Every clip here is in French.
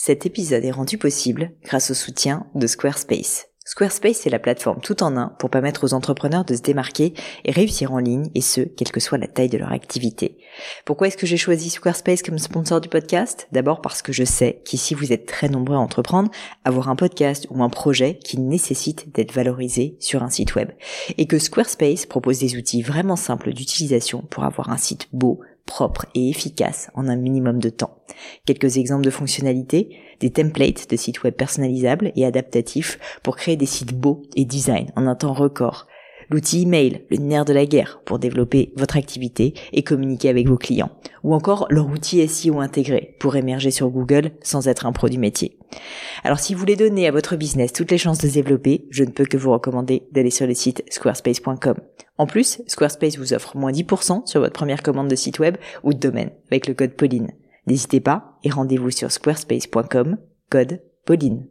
Cet épisode est rendu possible grâce au soutien de Squarespace. Squarespace est la plateforme tout en un pour permettre aux entrepreneurs de se démarquer et réussir en ligne, et ce, quelle que soit la taille de leur activité. Pourquoi est-ce que j'ai choisi Squarespace comme sponsor du podcast ? D'abord parce que je sais qu'ici vous êtes très nombreux à entreprendre, avoir un podcast ou un projet qui nécessite d'être valorisé sur un site web. Et que Squarespace propose des outils vraiment simples d'utilisation pour avoir un site beau, propre et efficace en un minimum de temps. Quelques exemples de fonctionnalités, des templates de sites web personnalisables et adaptatifs pour créer des sites beaux et design en un temps record. L'outil email, le nerf de la guerre pour développer votre activité et communiquer avec vos clients. Ou encore leur outil SEO intégré pour émerger sur Google sans être un pro du métier. Alors si vous voulez donner à votre business toutes les chances de se développer, je ne peux que vous recommander d'aller sur le site squarespace.com. En plus, Squarespace vous offre moins 10% sur votre première commande de site web ou de domaine avec le code Pauline. N'hésitez pas et rendez-vous sur squarespace.com, code Pauline.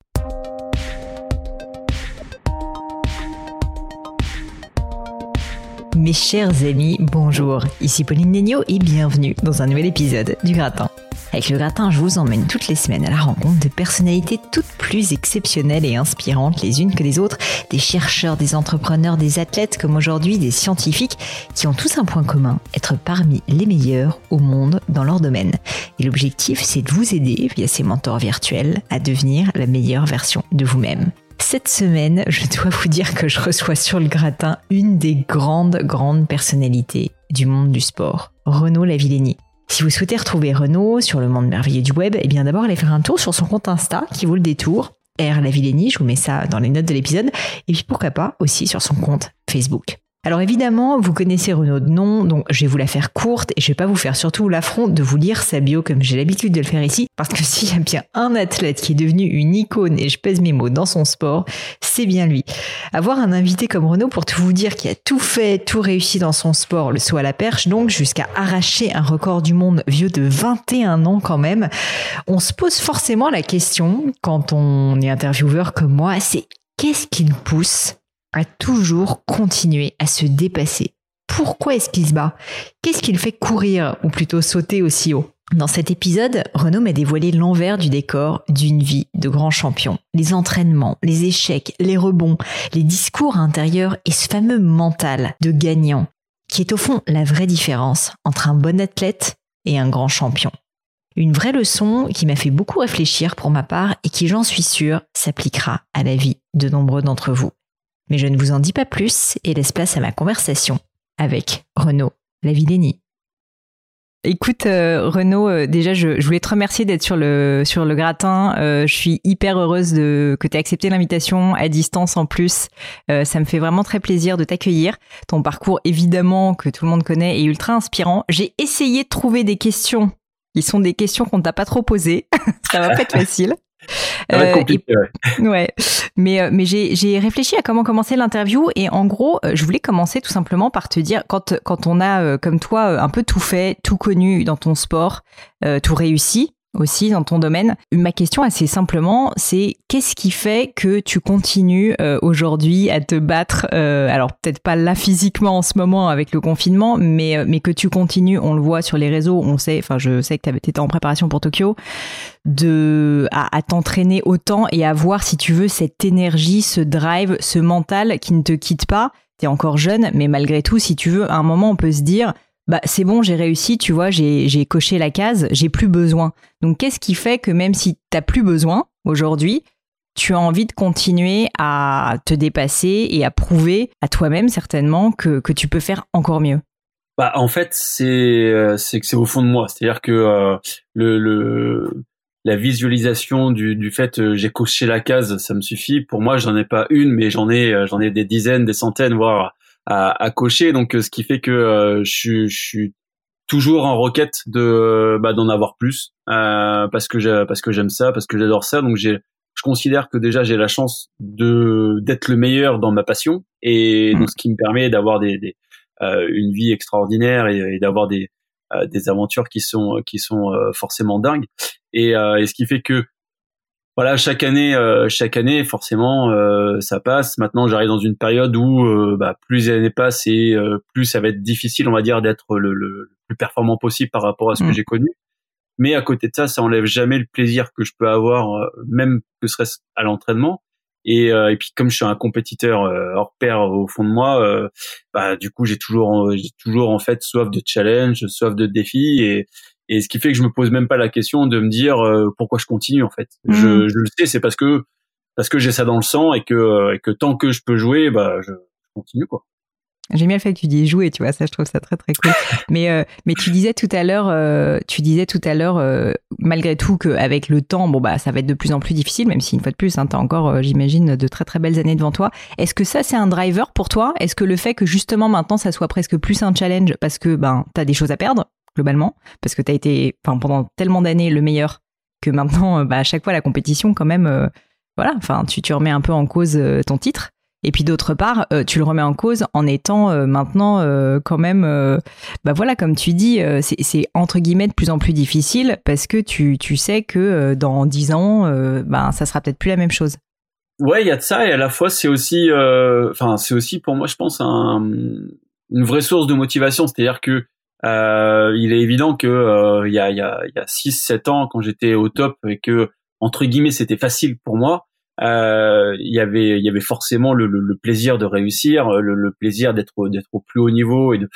Mes chers amis, bonjour, ici Pauline Negno et bienvenue dans un nouvel épisode du Gratin. Avec le Gratin, je vous emmène toutes les semaines à la rencontre de personnalités toutes plus exceptionnelles et inspirantes les unes que les autres, des chercheurs, des entrepreneurs, des athlètes comme aujourd'hui des scientifiques qui ont tous un point commun, être parmi les meilleurs au monde dans leur domaine. Et l'objectif, c'est de vous aider via ces mentors virtuels à devenir la meilleure version de vous-même. Cette semaine, je dois vous dire que je reçois sur le Gratin une des grandes personnalités du monde du sport, Renaud Lavillenie. Si vous souhaitez retrouver Renaud sur le monde merveilleux du web, eh bien d'abord allez faire un tour sur son compte Insta qui vaut le détour, R.Lavillenie, je vous mets ça dans les notes de l'épisode, et puis pourquoi pas aussi sur son compte Facebook. Alors évidemment, vous connaissez Renaud de nom, donc je vais vous la faire courte et je vais pas vous faire surtout l'affront de vous lire sa bio comme j'ai l'habitude de le faire ici, parce que s'il y a bien un athlète qui est devenu une icône, et je pèse mes mots, dans son sport, c'est bien lui. Avoir un invité comme Renaud pour tout vous dire qui a tout fait, tout réussi dans son sport, le saut à la perche donc, jusqu'à arracher un record du monde vieux de 21 ans quand même, on se pose forcément la question, quand on est intervieweur comme moi, c'est qu'est-ce qui le pousse à toujours continuer à se dépasser? Pourquoi est-ce qu'il se bat? Qu'est-ce qui le fait courir, ou plutôt sauter aussi haut? Dans cet épisode, Renaud m'a dévoilé l'envers du décor d'une vie de grand champion. Les entraînements, les échecs, les rebonds, les discours intérieurs et ce fameux mental de gagnant, qui est au fond la vraie différence entre un bon athlète et un grand champion. Une vraie leçon qui m'a fait beaucoup réfléchir pour ma part et qui, j'en suis sûre, s'appliquera à la vie de nombreux d'entre vous. Mais je ne vous en dis pas plus et laisse place à ma conversation avec Renaud Lavillenie. Écoute Renaud, déjà je voulais te remercier d'être sur le Gratin. Je suis hyper heureuse que tu aies accepté l'invitation à distance en plus. Ça me fait vraiment très plaisir de t'accueillir. Ton parcours évidemment que tout le monde connaît est ultra inspirant. J'ai essayé de trouver des questions qui sont des questions qu'on ne t'a pas trop posées. Ça va pas être facile. Ça va être compliqué, ouais. Mais j'ai réfléchi à comment commencer l'interview et en gros, je voulais commencer tout simplement par te dire quand on a comme toi un peu tout fait, tout connu dans ton sport, tout réussi aussi dans ton domaine. Ma question assez simplement, c'est qu'est-ce qui fait que tu continues aujourd'hui à te battre, alors peut-être pas là physiquement en ce moment avec le confinement, mais que tu continues, on le voit sur les réseaux, je sais que tu étais en préparation pour Tokyo, à t'entraîner autant et à voir si tu veux cette énergie, ce drive, ce mental qui ne te quitte pas. T'es encore jeune, mais malgré tout, si tu veux, à un moment on peut se dire c'est bon, j'ai réussi, tu vois, j'ai coché la case, j'ai plus besoin. Donc, qu'est-ce qui fait que même si t'as plus besoin aujourd'hui, tu as envie de continuer à te dépasser et à prouver à toi-même certainement que tu peux faire encore mieux? En fait, c'est que c'est au fond de moi. C'est-à-dire que la visualisation du fait j'ai coché la case, ça me suffit. Pour moi, j'en ai pas une, mais j'en ai des dizaines, des centaines, voire à cocher. Donc, ce qui fait que je suis toujours en requête d'en avoir plus, parce que j'aime ça, parce que j'adore ça. Donc, je considère que déjà j'ai la chance d'être le meilleur dans ma passion, et donc ce qui me permet d'avoir une vie extraordinaire et d'avoir des aventures qui sont forcément dingues. Et ce qui fait que voilà, chaque année, forcément, ça passe. Maintenant, j'arrive dans une période où, plus les années passent et plus ça va être difficile, on va dire, d'être le plus performant possible par rapport à ce que j'ai connu. Mais à côté de ça, ça enlève jamais le plaisir que je peux avoir, même que serait-ce à l'entraînement. Et puis comme je suis un compétiteur hors pair au fond de moi, du coup j'ai toujours en fait soif de challenge, soif de défi, et ce qui fait que je me pose même pas la question de me dire pourquoi je continue en fait. Je le sais, c'est parce que j'ai ça dans le sang, et que tant que je peux jouer, je continue quoi. J'aime bien le fait que tu dis jouer, tu vois, ça je trouve ça très très cool. Mais tu disais tout à l'heure, malgré tout qu'avec le temps, ça va être de plus en plus difficile, même si une fois de plus, t'as encore, j'imagine, de très très belles années devant toi. Est-ce que ça c'est un driver pour toi ? Est-ce que le fait que justement maintenant ça soit presque plus un challenge parce que t'as des choses à perdre globalement, parce que t'as été, pendant tellement d'années le meilleur, que maintenant, à chaque fois la compétition quand même, tu remets un peu en cause ton titre. Et puis d'autre part, tu le remets en cause en étant maintenant quand même, comme tu dis, c'est entre guillemets de plus en plus difficile parce que tu sais que dans 10 ans, ça sera peut-être plus la même chose. Ouais, il y a de ça, et à la fois c'est aussi pour moi, je pense, une vraie source de motivation. C'est-à-dire que il est évident que il y a 6-7 ans, quand j'étais au top et que entre guillemets c'était facile pour moi, il y avait forcément le plaisir de réussir, le plaisir d'être au plus haut niveau, et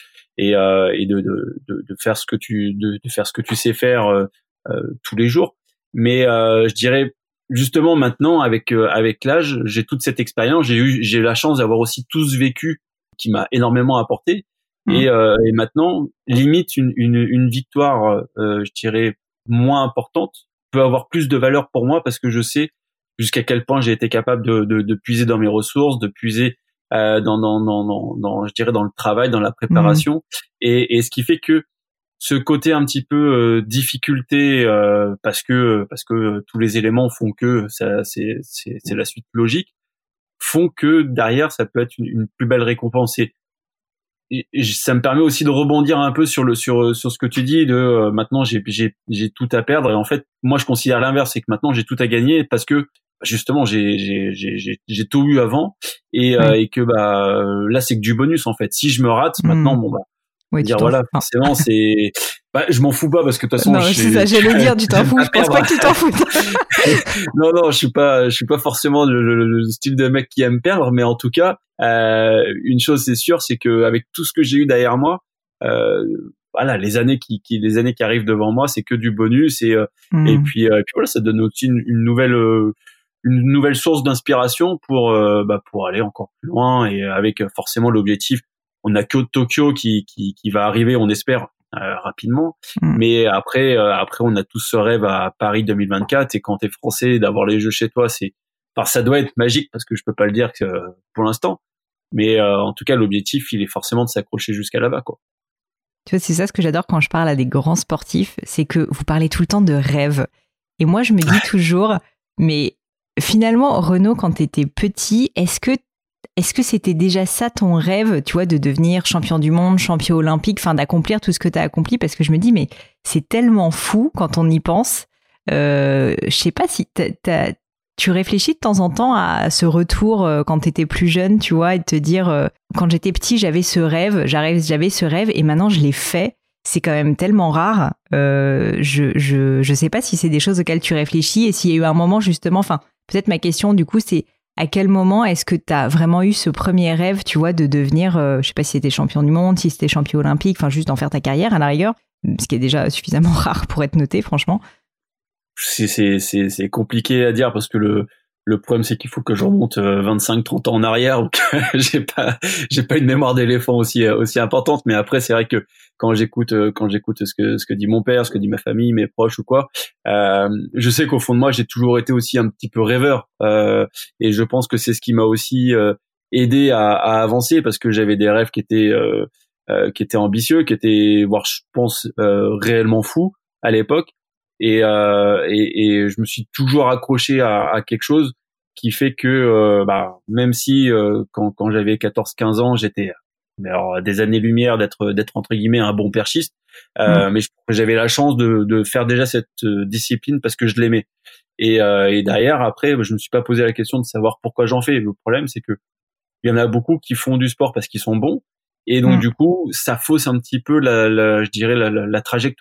de faire ce que tu sais faire tous les jours. Mais je dirais justement maintenant, avec l'âge, j'ai toute cette expérience, j'ai eu la chance d'avoir aussi tout ce vécu qui m'a énormément apporté. Et maintenant, limite une victoire, je dirais moins importante, peut avoir plus de valeur pour moi, parce que je sais jusqu'à quel point j'ai été capable de puiser dans mes ressources, de puiser dans je dirais dans le travail, dans la préparation, et ce qui fait que ce côté un petit peu difficulté, parce que tous les éléments font que ça, c'est la suite logique, font que derrière ça peut être une plus belle récompense. Et ça me permet aussi de rebondir un peu sur ce que tu dis de maintenant j'ai tout à perdre, et en fait moi je considère l'inverse, c'est que maintenant j'ai tout à gagner, parce que justement j'ai tout eu avant, et que là c'est que du bonus en fait. Si je me rate maintenant, oui, dire voilà, forcément c'est je m'en fous pas, parce que de toute façon c'est ça, j'allais dire, tu t'en fous, je pense pas que tu t'en fous. non, je suis pas forcément le style de mec qui aime perdre, mais en tout cas une chose c'est sûr, c'est que avec tout ce que j'ai eu derrière moi, les années qui arrivent devant moi, c'est que du bonus, et puis voilà, ça donne aussi une nouvelle source d'inspiration pour aller encore plus loin, et avec forcément l'objectif. On a que Tokyo qui va arriver, on espère, rapidement. Mais après on a tous ce rêve à Paris 2024, et quand t'es français, d'avoir les Jeux chez toi, ça doit être magique, parce que je peux pas le dire pour l'instant. Mais en tout cas, l'objectif, il est forcément de s'accrocher jusqu'à là-bas, quoi. Tu vois, c'est ça ce que j'adore quand je parle à des grands sportifs, c'est que vous parlez tout le temps de rêve. Et moi, je me dis toujours, mais finalement, Renaud, quand t'étais petit, est-ce que c'était déjà ça ton rêve, tu vois, de devenir champion du monde, champion olympique, d'accomplir tout ce que tu as accompli? Parce que je me dis, mais c'est tellement fou quand on y pense. Je sais pas si tu réfléchis de temps en temps à ce retour quand tu étais plus jeune, tu vois, et de te dire, quand j'étais petit, j'avais ce rêve, et maintenant je l'ai fait. C'est quand même tellement rare. Je sais pas si c'est des choses auxquelles tu réfléchis, et s'il y a eu un moment justement, peut-être ma question du coup, c'est à quel moment est-ce que tu as vraiment eu ce premier rêve, tu vois, de devenir, je sais pas si c'était champion du monde, si c'était champion olympique, juste d'en faire ta carrière à la rigueur, ce qui est déjà suffisamment rare pour être noté, franchement. C'est compliqué à dire, parce que le problème, c'est qu'il faut que je remonte 25-30 ans en arrière, donc j'ai pas une mémoire d'éléphant aussi importante. Mais après, c'est vrai que quand j'écoute ce que dit mon père, ce que dit ma famille, mes proches ou quoi, je sais qu'au fond de moi, j'ai toujours été aussi un petit peu rêveur, et je pense que c'est ce qui m'a aussi aidé à avancer, parce que j'avais des rêves qui étaient ambitieux, qui étaient, voire je pense réellement fous à l'époque. Et je me suis toujours accroché à quelque chose qui fait que même si quand j'avais 14-15 ans, j'étais des années-lumière d'être entre guillemets un bon perchiste, mais j'avais la chance de faire déjà cette discipline parce que je l'aimais. Et derrière, après, je me suis pas posé la question de savoir pourquoi j'en fais. Le problème, c'est que il y en a beaucoup qui font du sport parce qu'ils sont bons, et donc du coup, ça fausse un petit peu je dirais la trajectoire.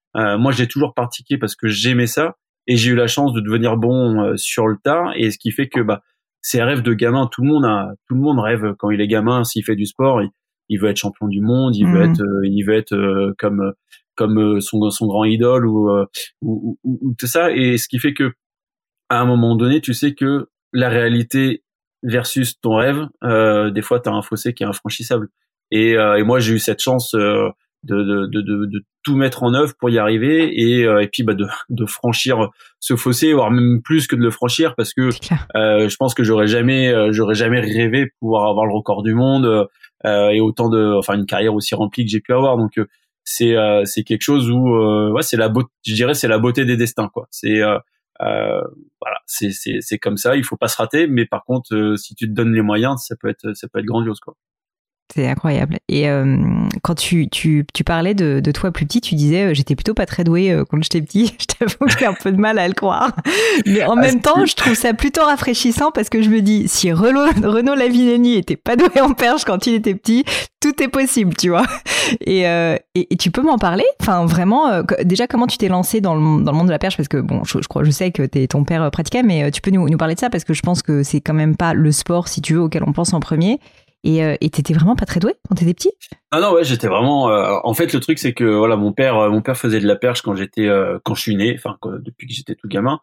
Moi, j'ai toujours pratiqué parce que j'aimais ça et j'ai eu la chance de devenir bon sur le tard. Et ce qui fait que c'est un rêve de gamin. Tout le monde rêve quand il est gamin. S'il fait du sport, il veut être champion du monde. Il veut être comme son grand idole ou tout ça. Et ce qui fait que à un moment donné, tu sais que la réalité versus ton rêve, des fois, t'as un fossé qui est infranchissable. Et moi, j'ai eu cette chance de tout mettre en œuvre pour y arriver et puis de franchir ce fossé, voire même plus que de le franchir, parce que je pense que j'aurais jamais rêvé de pouvoir avoir le record du monde et enfin une carrière aussi remplie que j'ai pu avoir. Donc c'est quelque chose où ouais, c'est la beauté, je dirais, c'est la beauté des destins, quoi. Voilà, c'est comme ça, il faut pas se rater, mais par contre si tu te donnes les moyens, ça peut être grandiose, quoi. C'est incroyable. Et quand tu parlais de toi plus petit, tu disais j'étais plutôt pas très douée quand j'étais petit. Je t'avoue que j'ai un peu de mal à le croire. Mais en même temps, je trouve ça plutôt rafraîchissant parce que je me dis, si Renaud Lavillenie était pas doué en perche quand il était petit, tout est possible, tu vois. Et tu peux m'en parler? Enfin, vraiment, déjà, comment tu t'es lancé dans le monde de la perche? Parce que bon, je sais que ton père pratiquait, mais tu peux nous parler de ça parce que je pense que c'est quand même pas le sport, si tu veux, auquel on pense en premier. Et t'étais vraiment pas très doué quand t'étais petit? Ah non, ouais, j'étais vraiment en fait le truc c'est que voilà, mon père faisait de la perche quand je suis né, enfin depuis que j'étais tout gamin.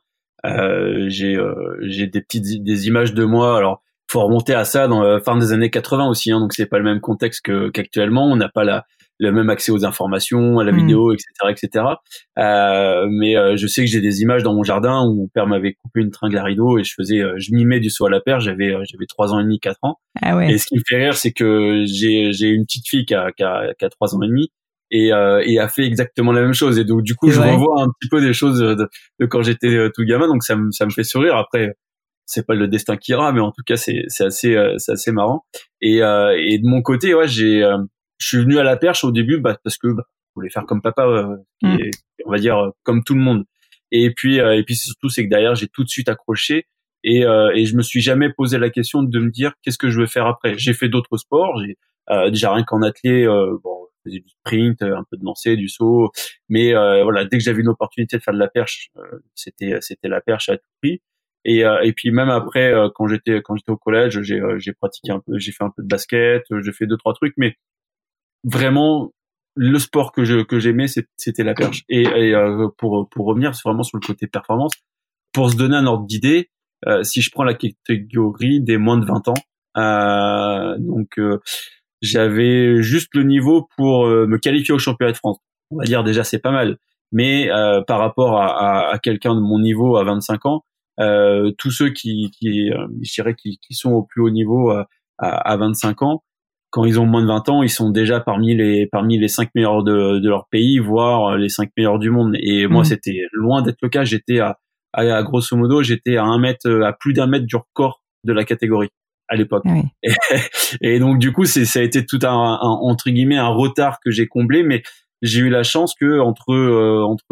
J'ai des images de moi. Alors faut remonter à ça dans la fin des années 80 aussi, hein, donc c'est pas le même contexte qu'actuellement. On n'a pas le même accès aux informations, à la vidéo, etc., etc. Mais je sais que j'ai des images dans mon jardin où mon père m'avait coupé une tringle à rideau et je mimais du saut à la perche. J'avais 3 ans et demi, 4 ans. Ah ouais. Et ce qui me fait rire, c'est que j'ai une petite fille qui a 3 ans et demi et a fait exactement la même chose. Et donc du coup, je revois un petit peu des choses de quand j'étais tout gamin. Donc ça me fait sourire. Après, c'est pas le destin qui ira, mais en tout cas, c'est assez marrant. Et de mon côté, ouais, je suis venu à la perche au début parce que je voulais faire comme papa, et on va dire comme tout le monde. Et puis surtout, c'est que derrière, j'ai tout de suite accroché. Et je me suis jamais posé la question de me dire qu'est-ce que je veux faire après. J'ai fait d'autres sports, j'ai déjà rien qu'en athlé, je faisais du sprint, un peu de lancer, du saut, mais voilà, dès que j'avais une opportunité de faire de la perche, c'était la perche à tout prix. Et puis même après, quand j'étais au collège, j'ai pratiqué un peu, j'ai fait un peu de basket, j'ai fait 2-3 trucs, mais vraiment le sport que j'aimais, c'était la perche. Et pour revenir vraiment sur le côté performance, pour se donner un ordre d'idée, si je prends la catégorie des moins de 20 ans, donc j'avais juste le niveau pour me qualifier au championnat de France. On va dire déjà c'est pas mal, mais par rapport à quelqu'un de mon niveau à 25 ans, tous ceux je dirais qui sont au plus haut niveau à 25 ans, quand ils ont moins de 20 ans, ils sont déjà parmi les 5 meilleurs de leur pays, voire les 5 meilleurs du monde. Et moi, c'était loin d'être le cas. J'étais à grosso modo, j'étais à plus d'1 mètre du record de la catégorie à l'époque. Oui. Et donc du coup, ça a été tout entre guillemets un retard que j'ai comblé, mais j'ai eu la chance que entre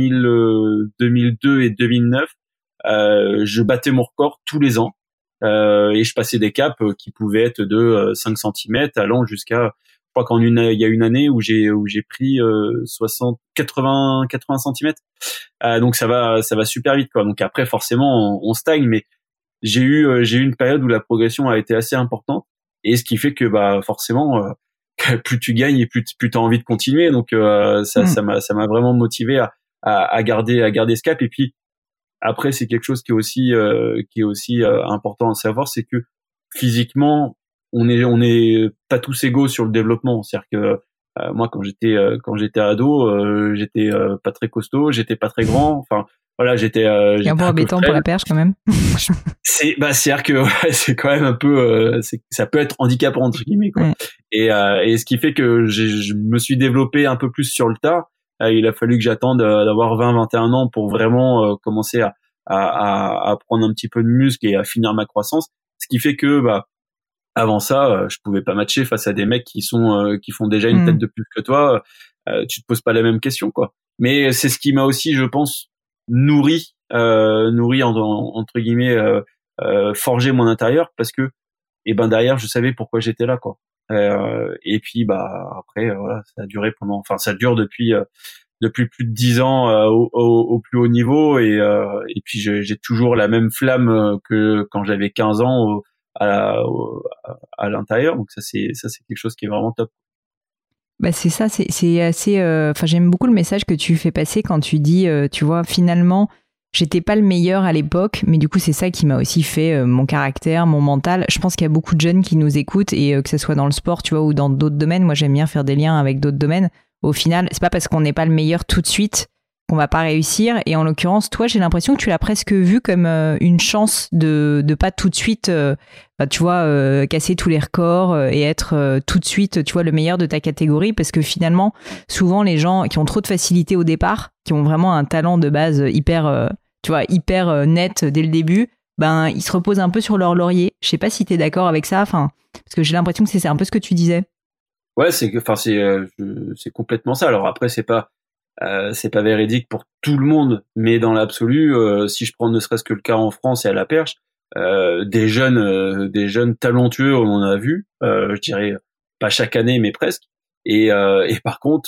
2002 et 2009, je battais mon record tous les ans. Et je passais des caps qui pouvaient être de 5 centimètres allant jusqu'à, je crois il y a une année où j'ai pris 80 centimètres. Donc ça va super vite, quoi. Donc après forcément on stagne, mais j'ai eu une période où la progression a été assez importante, et ce qui fait que forcément plus tu gagnes et plus t'as envie de continuer. Donc ça m'a vraiment motivé à garder ce cap. Et puis après, c'est quelque chose qui est aussi important à savoir, c'est que physiquement, on est pas tous égaux sur le développement. C'est-à-dire que moi, quand j'étais ado, j'étais pas très costaud, j'étais pas très grand. Enfin, voilà, j'étais un peu embêtant pour la perche quand même. C'est-à-dire que ouais, c'est quand même un peu, ça peut être handicapant entre guillemets, quoi. Ouais. Et ce qui fait que je me suis développé un peu plus sur le tas. Il a fallu que j'attende d'avoir 20-21 ans pour vraiment commencer à prendre un petit peu de muscle et à finir ma croissance. Ce qui fait que avant ça, je pouvais pas matcher face à des mecs qui font déjà une tête de plus que toi. Tu te poses pas la même question, quoi. Mais c'est ce qui m'a aussi, je pense, nourri entre guillemets, forgé mon intérieur, parce que derrière je savais pourquoi j'étais là, quoi. Et puis après voilà, ça a duré ça dure depuis plus de 10 ans au plus haut niveau et puis j'ai toujours la même flamme que quand j'avais 15 ans à l'intérieur. Donc ça c'est quelque chose qui est vraiment top. Bah c'est ça, c'est assez. Enfin, j'aime beaucoup le message que tu fais passer quand tu dis, tu vois, finalement, j'étais pas le meilleur à l'époque, mais du coup, c'est ça qui m'a aussi fait mon caractère, mon mental. Je pense qu'il y a beaucoup de jeunes qui nous écoutent et que ce soit dans le sport, tu vois, ou dans d'autres domaines. Moi, j'aime bien faire des liens avec d'autres domaines. Au final, c'est pas parce qu'on n'est pas le meilleur tout de suite qu'on va pas réussir. Et en l'occurrence, toi, j'ai l'impression que tu l'as presque vu comme une chance de pas tout de suite, tu vois, casser tous les records et être tout de suite, tu vois, le meilleur de ta catégorie. Parce que finalement, souvent, les gens qui ont trop de facilité au départ, qui ont vraiment un talent de base hyper, tu vois, hyper net dès le début, ben, ils se reposent un peu sur leur laurier. Je sais pas si tu es d'accord avec ça. Enfin, parce que j'ai l'impression que c'est un peu ce que tu disais. Ouais, c'est complètement ça. Alors après, c'est pas véridique pour tout le monde, mais dans l'absolu, si je prends ne serait-ce que le cas en France et à la perche, des jeunes talentueux, on en a vu, je dirais pas chaque année, mais presque. Et par contre,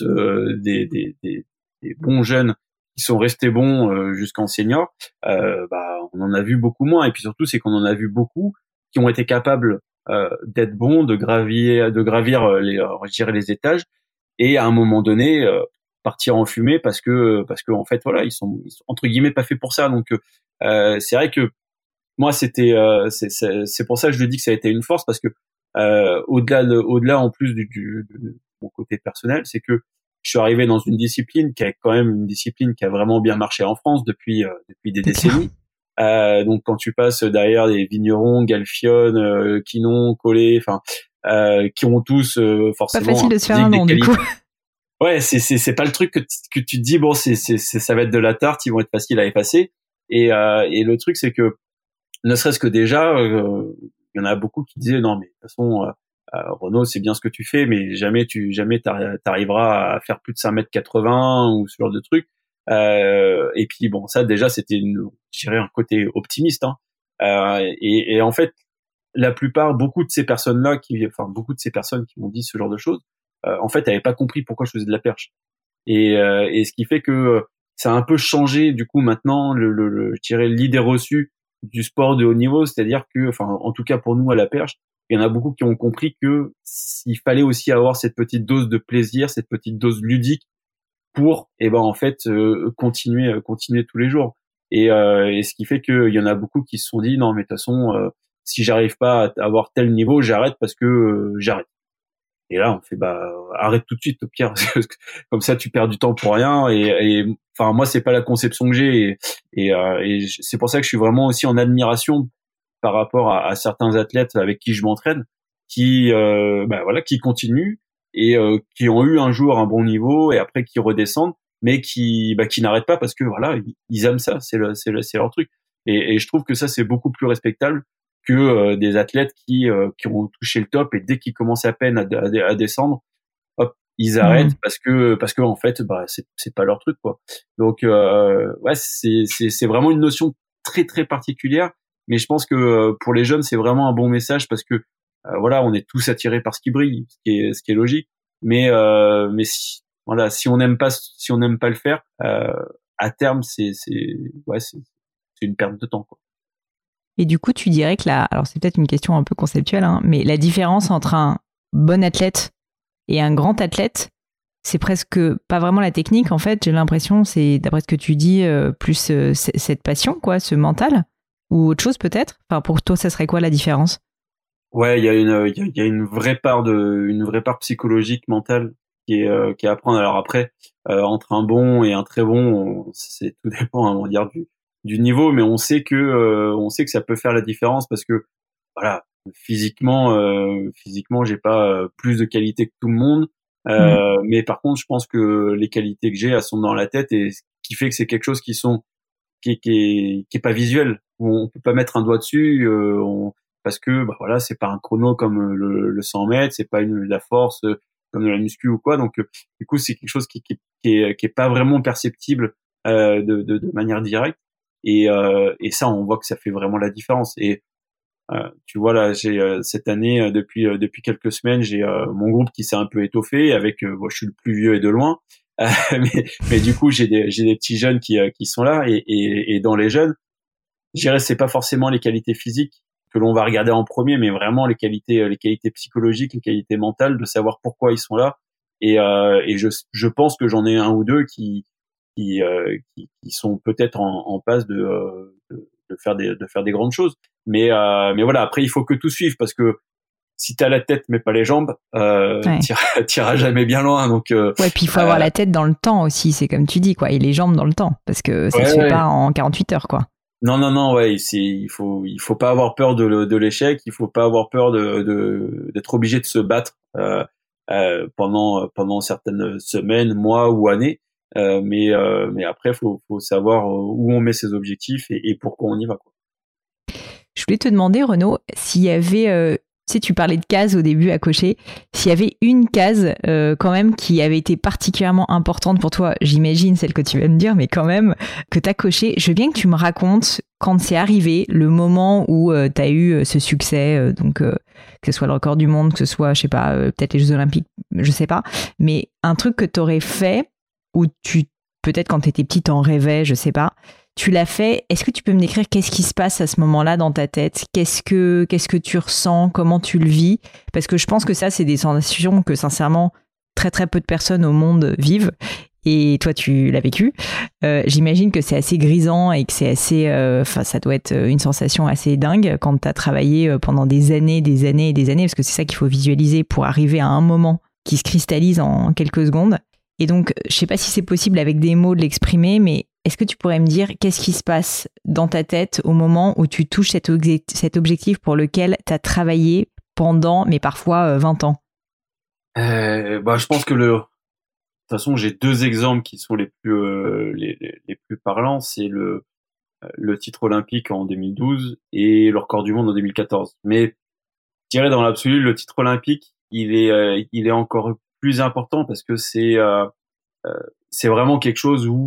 des bons jeunes qui sont restés bons jusqu'en senior, on en a vu beaucoup moins. Et puis surtout, c'est qu'on en a vu beaucoup qui ont été capables d'être bons, de gravir je dirais les étages, et à un moment donné partir en fumée parce que en fait voilà, ils sont entre guillemets pas faits pour ça. Donc c'est vrai que moi c'était c'est pour ça que je dis que ça a été une force, parce que au-delà en plus de mon côté personnel, c'est que je suis arrivé dans une discipline qui est quand même une discipline qui a vraiment bien marché en France depuis des décennies. Donc quand tu passes derrière des vignerons, Galfionne, Quinon, Collet, enfin qui ont tous forcément pas facile de se faire un nom du coup. Ouais, c'est pas le truc que tu te dis bon ça va être de la tarte, ils vont être faciles à effacer. Et le truc c'est que ne serait-ce que déjà il y en a beaucoup qui disaient non mais de toute façon Renaud, c'est bien ce que tu fais, mais jamais t'arriveras à faire plus de 5,80 m ou ce genre de truc. Et puis bon, ça déjà c'était je dirais un côté optimiste, hein. Et en fait, beaucoup de ces personnes qui m'ont dit ce genre de choses, en fait, n'avaient pas compris pourquoi je faisais de la perche. Et ce qui fait que ça a un peu changé du coup maintenant je dirais l'idée reçue du sport de haut niveau, c'est-à-dire que, enfin, en tout cas pour nous à la perche, il y en a beaucoup qui ont compris que il fallait aussi avoir cette petite dose de plaisir, cette petite dose ludique pour, en fait, continuer tous les jours. Et ce qui fait qu'il y en a beaucoup qui se sont dit non mais de toute façon, si j'arrive pas à avoir tel niveau, j'arrête parce que j'arrête. Et là, on fait arrête tout de suite, Pierre, comme ça tu perds du temps pour rien. Et enfin moi c'est pas la conception que j'ai. Et c'est pour ça que je suis vraiment aussi en admiration par rapport à certains athlètes avec qui je m'entraîne, qui qui continuent et qui ont eu un jour un bon niveau et après qui redescendent, mais qui n'arrêtent pas parce que voilà ils aiment ça, c'est leur truc. Et je trouve que ça c'est beaucoup plus respectable que des athlètes qui ont touché le top et dès qu'ils commencent à peine à descendre, hop, ils arrêtent parce que en fait c'est pas leur truc quoi. Donc ouais, c'est vraiment une notion très très particulière, mais je pense que pour les jeunes c'est vraiment un bon message parce que voilà, on est tous attirés par ce qui brille, ce qui est logique, mais si on n'aime pas le faire, à terme c'est une perte de temps quoi. Et du coup, tu dirais que alors c'est peut-être une question un peu conceptuelle, hein, mais la différence entre un bon athlète et un grand athlète, c'est presque pas vraiment la technique, en fait. J'ai l'impression, c'est d'après ce que tu dis, plus cette passion, quoi, ce mental, ou autre chose peut-être. Enfin, pour toi, ça serait quoi la différence? Ouais, il y a une vraie part psychologique, mentale qui est à prendre. Alors après, entre un bon et un très bon, c'est tout dépend, hein, on va dire du niveau, mais on sait que ça peut faire la différence parce que voilà, physiquement, j'ai pas plus de qualité que tout le monde, mais par contre, je pense que les qualités que j'ai, elles sont dans la tête et ce qui fait que c'est quelque chose qui est pas visuel. On peut pas mettre un doigt dessus, parce que voilà, c'est pas un chrono comme le 100 mètres, c'est pas la force comme de la muscu ou quoi. Donc du coup, c'est quelque chose qui est pas vraiment perceptible de manière directe. Et ça, on voit que ça fait vraiment la différence. Et tu vois là, j'ai cette année depuis quelques semaines, j'ai mon groupe qui s'est un peu étoffé avec je suis le plus vieux et de loin, Mais du coup, j'ai des petits jeunes qui sont là et dans les jeunes, je dirais c'est pas forcément les qualités physiques que l'on va regarder en premier, mais vraiment les qualités psychologiques, les qualités mentales, de savoir pourquoi ils sont là. Et je pense que j'en ai un ou deux qui sont peut-être en passe de faire des grandes choses. Mais voilà, après il faut que tout suive, parce que si t'as la tête mais pas les jambes, Ouais. t'iras jamais bien loin. Donc Ouais, puis il faut avoir la tête dans le temps aussi, c'est comme tu dis, quoi, et les jambes dans le temps, parce que ça se fait ouais. pas en 48 heures, quoi. Non, ouais, il faut pas avoir peur de l'échec, il faut pas avoir peur d'être obligé de se battre pendant certaines semaines, mois ou années. Mais après, faut savoir où on met ses objectifs et pourquoi on y va, quoi. Je voulais te demander, Renaud, s'il y avait, tu sais, tu parlais de cases au début à cocher, s'il y avait une case quand même qui avait été particulièrement importante pour toi, j'imagine celle que tu vas me dire, mais quand même, que tu as coché. Je veux bien que tu me racontes quand c'est arrivé, le moment où tu as eu ce succès, donc que ce soit le record du monde, que ce soit, je sais pas, peut-être les Jeux Olympiques, je sais pas, mais un truc que tu aurais fait, où peut-être quand tu étais petite, t'en rêvais, je sais pas. Tu l'as fait. Est-ce que tu peux me décrire qu'est-ce qui se passe à ce moment-là dans ta tête? Qu'est-ce que tu ressens? Comment tu le vis? Parce que je pense que ça, c'est des sensations que sincèrement très très peu de personnes au monde vivent. Et toi, tu l'as vécu. J'imagine que c'est assez grisant et que c'est assez. Enfin, ça doit être une sensation assez dingue quand tu as travaillé pendant des années, des années et des années, parce que c'est ça qu'il faut visualiser pour arriver à un moment qui se cristallise en quelques secondes. Et donc, je sais pas si c'est possible avec des mots de l'exprimer, mais est-ce que tu pourrais me dire qu'est-ce qui se passe dans ta tête au moment où tu touches cet objectif pour lequel tu as travaillé pendant, mais parfois 20 ans? Je pense que de toute façon, j'ai deux exemples qui sont les plus les plus parlants. C'est le titre olympique en 2012 et le record du monde en 2014. Mais je dirais dans l'absolu, le titre olympique, il est encore plus important parce que c'est vraiment quelque chose où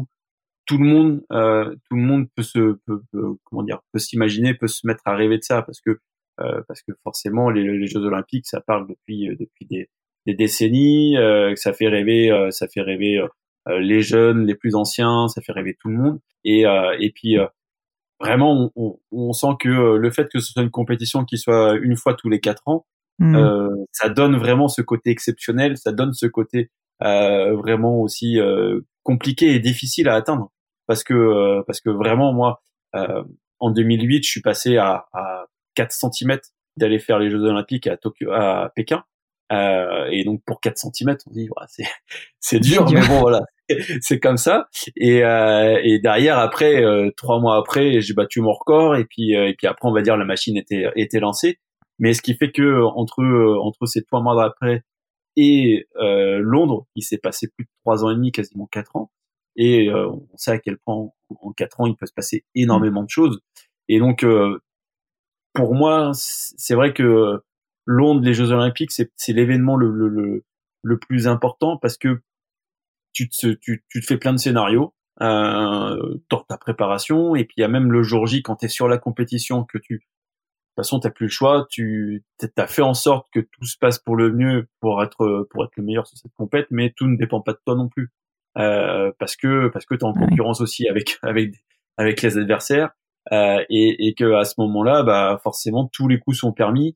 tout le monde comment dire, peut s'imaginer, peut se mettre à rêver de ça, parce que forcément les Jeux Olympiques, ça parle depuis des décennies, que ça fait rêver les jeunes, les plus anciens, ça fait rêver tout le monde. Et puis vraiment, on sent que le fait que ce soit une compétition qui soit une fois tous les 4 ans, ça donne vraiment ce côté exceptionnel, ça donne ce côté vraiment aussi compliqué et difficile à atteindre, parce que vraiment moi en 2008 je suis passé à 4 centimètres d'aller faire les Jeux Olympiques à Pékin, et donc pour 4 centimètres on dit voilà, c'est dur, mais bon voilà, c'est comme ça. Et derrière après 3 mois après j'ai battu mon record, et puis après on va dire la machine était lancée. Mais ce qui fait que entre ces 3 mois d'après et Londres, il s'est passé plus de 3 ans et demi, quasiment 4 ans. Et on sait à quel point en 4 ans il peut se passer énormément de choses. Et donc pour moi, c'est vrai que Londres, les Jeux Olympiques, c'est l'événement le plus important, parce que tu te fais plein de scénarios dans ta préparation, et puis il y a même le jour J, quand tu es sur la compétition, que de toute façon t'as plus le choix, tu t'as fait en sorte que tout se passe pour le mieux, pour être le meilleur sur cette compète, mais tout ne dépend pas de toi non plus, parce que t'es en concurrence aussi avec les adversaires, et que à ce moment-là, bah forcément tous les coups sont permis,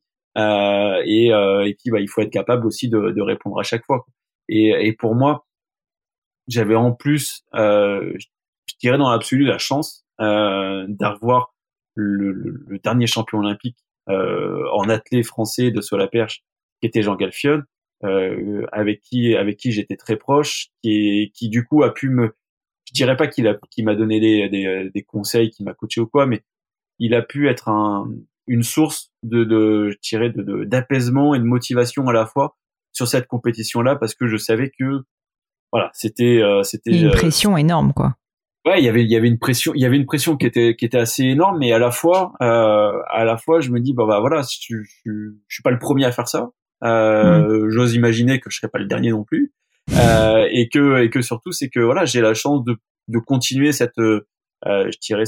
et puis bah il faut être capable aussi de répondre à chaque fois, quoi. Et pour moi, j'avais en plus, je dirais dans l'absolu, la chance d'avoir le dernier champion olympique en athlée français de saut à la perche, qui était Jean Galfionne, avec qui j'étais très proche, qui du coup a pu je dirais pas qu'il m'a donné des conseils, qu'il m'a coaché ou quoi, mais il a pu être une source je dirais d'apaisement et de motivation à la fois sur cette compétition-là, parce que je savais que voilà, Il y a une pression énorme, quoi. Ouais, il y avait une pression qui était assez énorme, mais à la fois je me dis bah voilà, je suis pas le premier à faire ça. J'ose imaginer que je serai pas le dernier non plus. Et que surtout c'est que voilà, j'ai la chance de continuer je dirais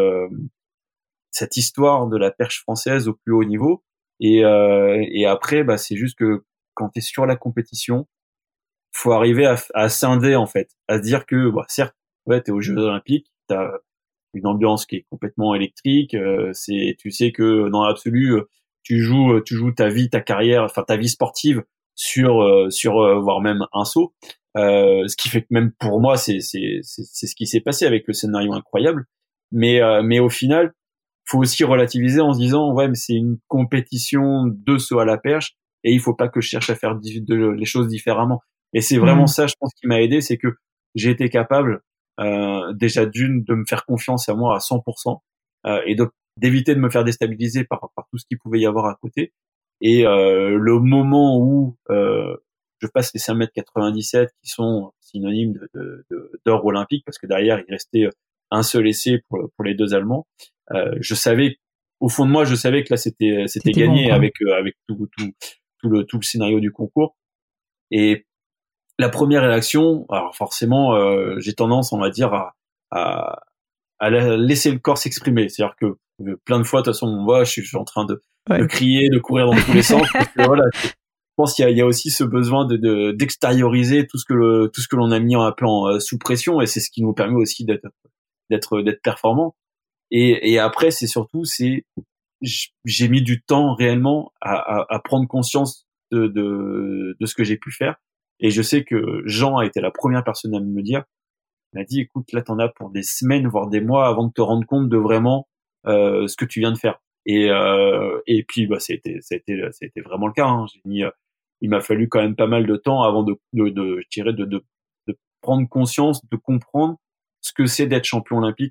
cette histoire de la perche française au plus haut niveau. Et après bah c'est juste que quand tu es sur la compétition, faut arriver à scinder en fait, à se dire que certes, ouais, t'es aux Jeux Olympiques, t'as une ambiance qui est complètement électrique, tu sais que dans l'absolu, tu joues ta vie, ta carrière, enfin ta vie sportive sur voire même un saut. Ce qui fait que même pour moi, c'est ce qui s'est passé avec le scénario incroyable. Mais au final, faut aussi relativiser en se disant ouais, mais c'est une compétition de saut à la perche et il faut pas que je cherche à faire les choses différemment. Et c'est vraiment ça, je pense, qui m'a aidé, c'est que j'ai été capable déjà de me faire confiance à moi à 100% et d'éviter de me faire déstabiliser par tout ce qu'il pouvait y avoir à côté. Et le moment où je passe les 5,97 m qui sont synonymes d'or olympique, parce que derrière il restait un seul essai pour les deux Allemands, je savais, au fond de moi, je savais que là c'était gagné, bon, avec tout le scénario du concours. Et la première réaction, alors forcément, j'ai tendance, on va dire, à laisser le corps s'exprimer. C'est-à-dire que plein de fois, de toute façon, moi, je suis en train de crier, de courir dans tous les sens. Parce que, voilà, je pense qu'il y a aussi ce besoin d'extérioriser tout ce que l'on a mis en plan sous pression, et c'est ce qui nous permet aussi d'être performant. Et après, c'est surtout, j'ai mis du temps réellement à prendre conscience de ce que j'ai pu faire. Et je sais que Jean a été la première personne à me dire, il m'a dit, écoute, là, t'en as pour des semaines, voire des mois avant de te rendre compte de vraiment ce que tu viens de faire. Et puis, ça a été vraiment le cas. Hein. Il m'a fallu quand même pas mal de temps avant de prendre conscience, de comprendre ce que c'est d'être champion olympique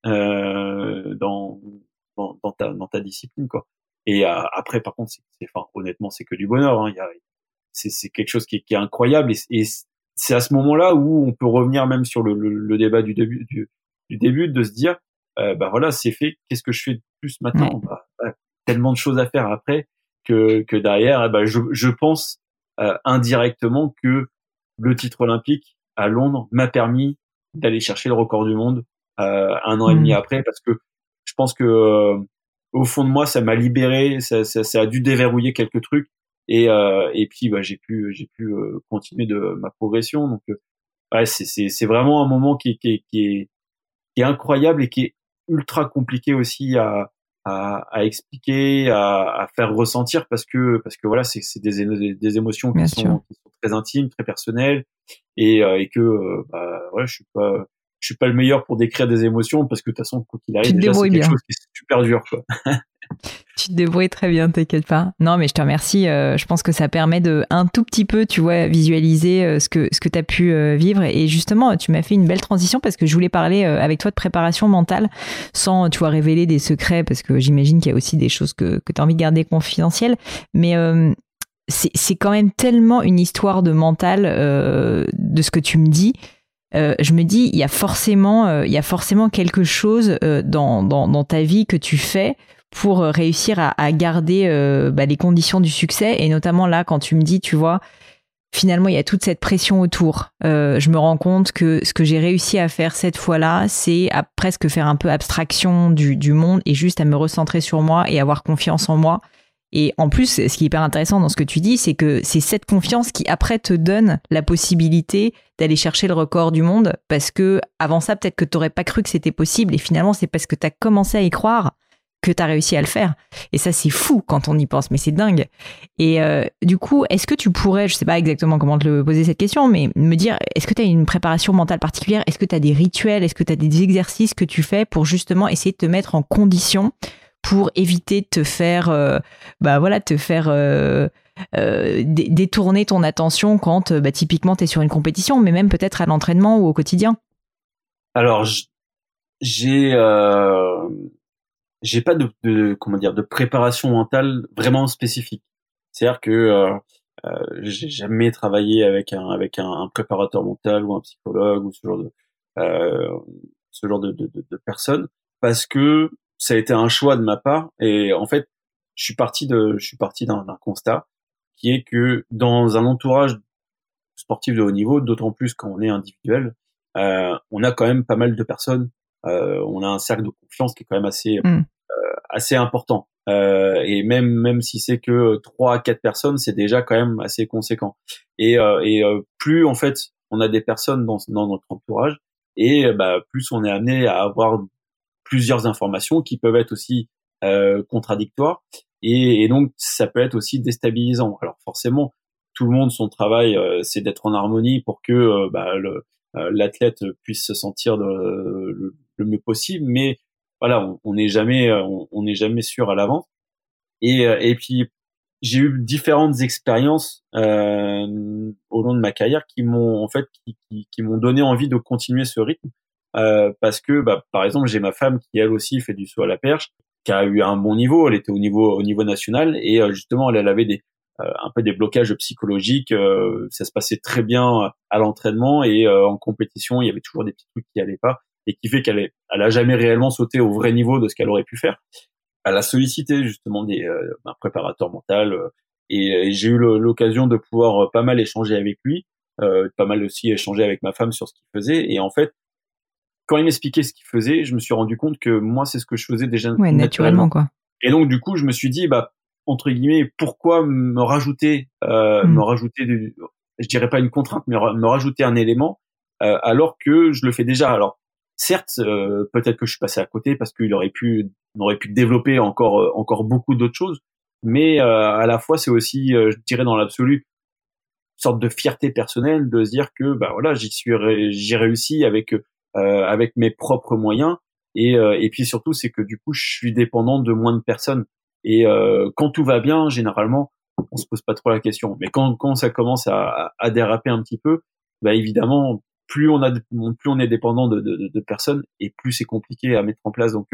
dans ta discipline, quoi. Et après, par contre, honnêtement, c'est que du bonheur. Hein. C'est quelque chose qui est incroyable, et c'est à ce moment-là où on peut revenir même sur le débat du début, de se dire voilà, c'est fait, qu'est-ce que je fais de plus maintenant? Tellement de choses à faire après que derrière, je pense indirectement que le titre olympique à Londres m'a permis d'aller chercher le record du monde 1 an et demi après, parce que je pense que au fond de moi, ça m'a libéré, ça a dû déverrouiller quelques trucs. Et puis j'ai pu continuer de ma progression. Donc c'est vraiment un moment qui est incroyable et qui est ultra compliqué aussi à expliquer, à faire ressentir, parce que voilà, c'est des émotions qui sont très intimes, très personnelles, et que ouais, je suis pas le meilleur pour décrire des émotions, parce que de toute façon, quoi qu'il arrive, déjà c'est quelque chose qui est super dur, quoi. Tu te débrouilles très bien, t'inquiète pas. Non, mais je te remercie. Je pense que ça permet de un tout petit peu, tu vois, visualiser ce que t'as pu vivre. Et justement, tu m'as fait une belle transition, parce que je voulais parler avec toi de préparation mentale, sans, tu vois, révéler des secrets, parce que j'imagine qu'il y a aussi des choses que t'as envie de garder confidentielles. Mais c'est quand même tellement une histoire de mental de ce que tu me dis. Je me dis, il y a forcément quelque chose dans ta vie que tu fais pour réussir à garder les conditions du succès. Et notamment là, quand tu me dis, tu vois, finalement, il y a toute cette pression autour. Je me rends compte que ce que j'ai réussi à faire cette fois-là, c'est à presque faire un peu abstraction du monde, et juste à me recentrer sur moi et avoir confiance en moi. Et en plus, ce qui est hyper intéressant dans ce que tu dis, c'est que c'est cette confiance qui après te donne la possibilité d'aller chercher le record du monde, parce que avant ça, peut-être que tu n'aurais pas cru que c'était possible, et finalement, c'est parce que tu as commencé à y croire que tu as réussi à le faire. Et ça, c'est fou quand on y pense, mais c'est dingue. Et du coup, est-ce que tu pourrais, je sais pas exactement comment te poser cette question, mais me dire, est-ce que tu as une préparation mentale particulière? Est-ce que tu as des rituels? Est-ce que tu as des exercices que tu fais pour justement essayer de te mettre en condition pour éviter de te faire, détourner ton attention quand typiquement tu es sur une compétition, mais même peut-être à l'entraînement ou au quotidien? Alors, j'ai pas de préparation mentale vraiment spécifique. C'est-à-dire que j'ai jamais travaillé avec un préparateur mental ou un psychologue ou ce genre de personne, parce que ça a été un choix de ma part. Et en fait, je suis parti d'un constat qui est que dans un entourage sportif de haut niveau, d'autant plus quand on est individuel, on a quand même pas mal de personnes, on a un cercle de confiance qui est quand même assez important. et même si c'est que 3 à 4 personnes, c'est déjà quand même assez conséquent. Plus en fait on a des personnes dans notre entourage, et plus on est amené à avoir plusieurs informations qui peuvent être aussi contradictoires, et donc ça peut être aussi déstabilisant. Alors forcément, tout le monde, son travail, c'est d'être en harmonie pour que l'athlète puisse se sentir le mieux possible, mais voilà, on n'est jamais on n'est jamais sûr à l'avance. Et puis j'ai eu différentes expériences au long de ma carrière qui m'ont en fait qui m'ont donné envie de continuer ce rythme, parce que par exemple, j'ai ma femme qui elle aussi fait du saut à la perche, qui a eu un bon niveau, elle était au niveau national, et justement elle avait des un peu des blocages psychologiques, ça se passait très bien à l'entraînement, et en compétition il y avait toujours des petits trucs qui allaient pas, et qui fait elle a jamais réellement sauté au vrai niveau de ce qu'elle aurait pu faire. Elle a sollicité justement un préparateur mental, et j'ai eu l'occasion de pouvoir pas mal échanger avec lui, pas mal aussi échanger avec ma femme sur ce qu'il faisait, et en fait quand il m'expliquait ce qu'il faisait, je me suis rendu compte que moi c'est ce que je faisais déjà naturellement quoi. Et donc du coup je me suis dit entre guillemets, pourquoi me rajouter je dirais pas une contrainte, mais me rajouter un élément alors que je le fais déjà. Alors certes, peut-être que je suis passé à côté parce on aurait pu développer encore beaucoup d'autres choses, mais à la fois c'est aussi, je dirais dans l'absolu, une sorte de fierté personnelle de se dire que voilà, j'ai réussi avec mes propres moyens, et puis surtout c'est que du coup je suis dépendant de moins de personnes, et quand tout va bien, généralement on se pose pas trop la question, mais quand ça commence à déraper un petit peu, évidemment plus on est dépendant de personnes, et plus c'est compliqué à mettre en place. Donc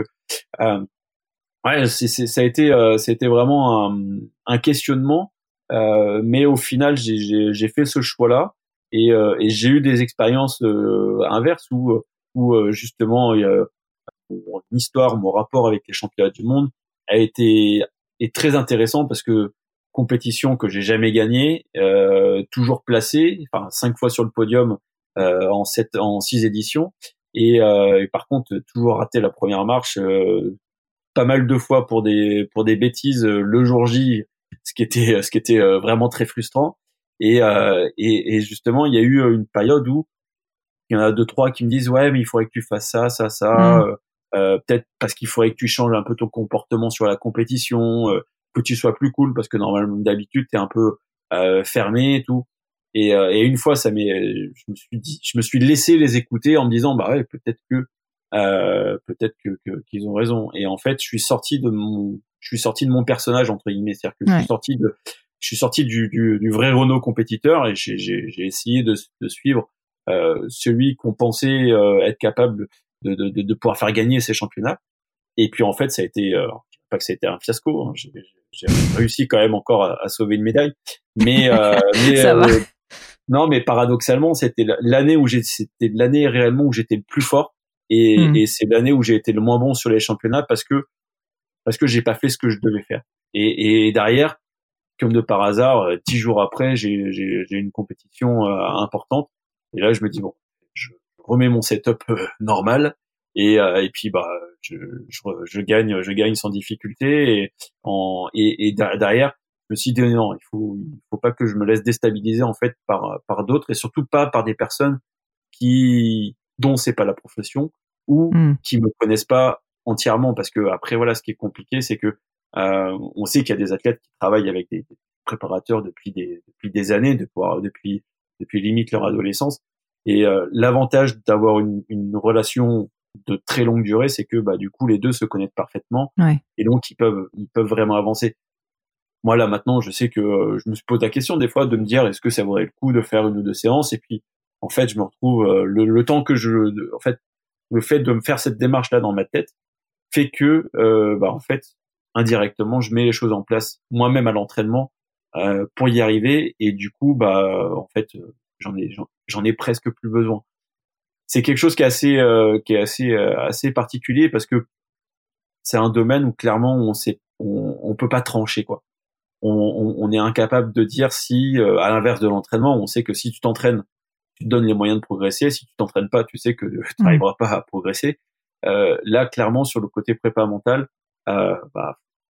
ouais, ça a été vraiment un questionnement, mais au final j'ai fait ce choix-là, et j'ai eu des expériences inverses où justement mon histoire, mon rapport avec les championnats du monde est très intéressant, parce que compétition que j'ai jamais gagnée, toujours placé, enfin 5 fois sur le podium en 6 éditions, et par contre toujours raté la première marche, pas mal de fois pour des bêtises le jour J, ce qui était vraiment très frustrant. Et justement il y a eu une période où il y en a 2-3 qui me disent ouais, mais il faudrait que tu fasses ça ça ça, peut-être parce qu'il faudrait que tu changes un peu ton comportement sur la compétition, que tu sois plus cool, parce que normalement d'habitude t'es un peu fermé et tout. Et une fois je me suis laissé les écouter en me disant ouais, peut-être que qu'ils ont raison. Et en fait je suis sorti de mon personnage entre guillemets, c'est-à-dire que je suis sorti du vrai Renaud compétiteur, et j'ai essayé de suivre celui qu'on pensait être capable de pouvoir faire gagner ces championnats. Et puis en fait ça a été pas que ça a été un fiasco, hein. J'ai réussi quand même encore à sauver une médaille, mais ça va. non, mais paradoxalement c'était l'année réellement où j'étais le plus fort, et c'est l'année où j'ai été le moins bon sur les championnats, parce que j'ai pas fait ce que je devais faire. Et derrière, comme de par hasard, 10 jours après, j'ai une compétition importante, et là je me dis bon, je remets mon setup normal, et puis je gagne sans difficulté, derrière je me suis dit non, il faut pas que je me laisse déstabiliser en fait par d'autres, et surtout pas par des personnes dont c'est pas la profession, ou qui me connaissent pas entièrement, parce que après voilà, ce qui est compliqué c'est que on sait qu'il y a des athlètes qui travaillent avec des préparateurs depuis des années, depuis limite leur adolescence, et l'avantage d'avoir une relation de très longue durée, c'est que du coup les deux se connaissent parfaitement, et donc ils peuvent vraiment avancer. Moi là maintenant, je sais que je me pose la question des fois de me dire est-ce que ça vaudrait le coup de faire 1 ou 2 séances, et puis en fait je me retrouve le temps que en fait le fait de me faire cette démarche là dans ma tête fait que en fait indirectement je mets les choses en place moi-même à l'entraînement pour y arriver, et du coup en fait j'en ai presque plus besoin. C'est quelque chose qui est assez particulier, parce que c'est un domaine où clairement on peut pas trancher quoi. On est incapable de dire si à l'inverse de l'entraînement, on sait que si tu t'entraînes, tu te donnes les moyens de progresser, si tu t'entraînes pas, tu sais que tu n'arriveras pas à progresser. Là clairement sur le côté prépa mental,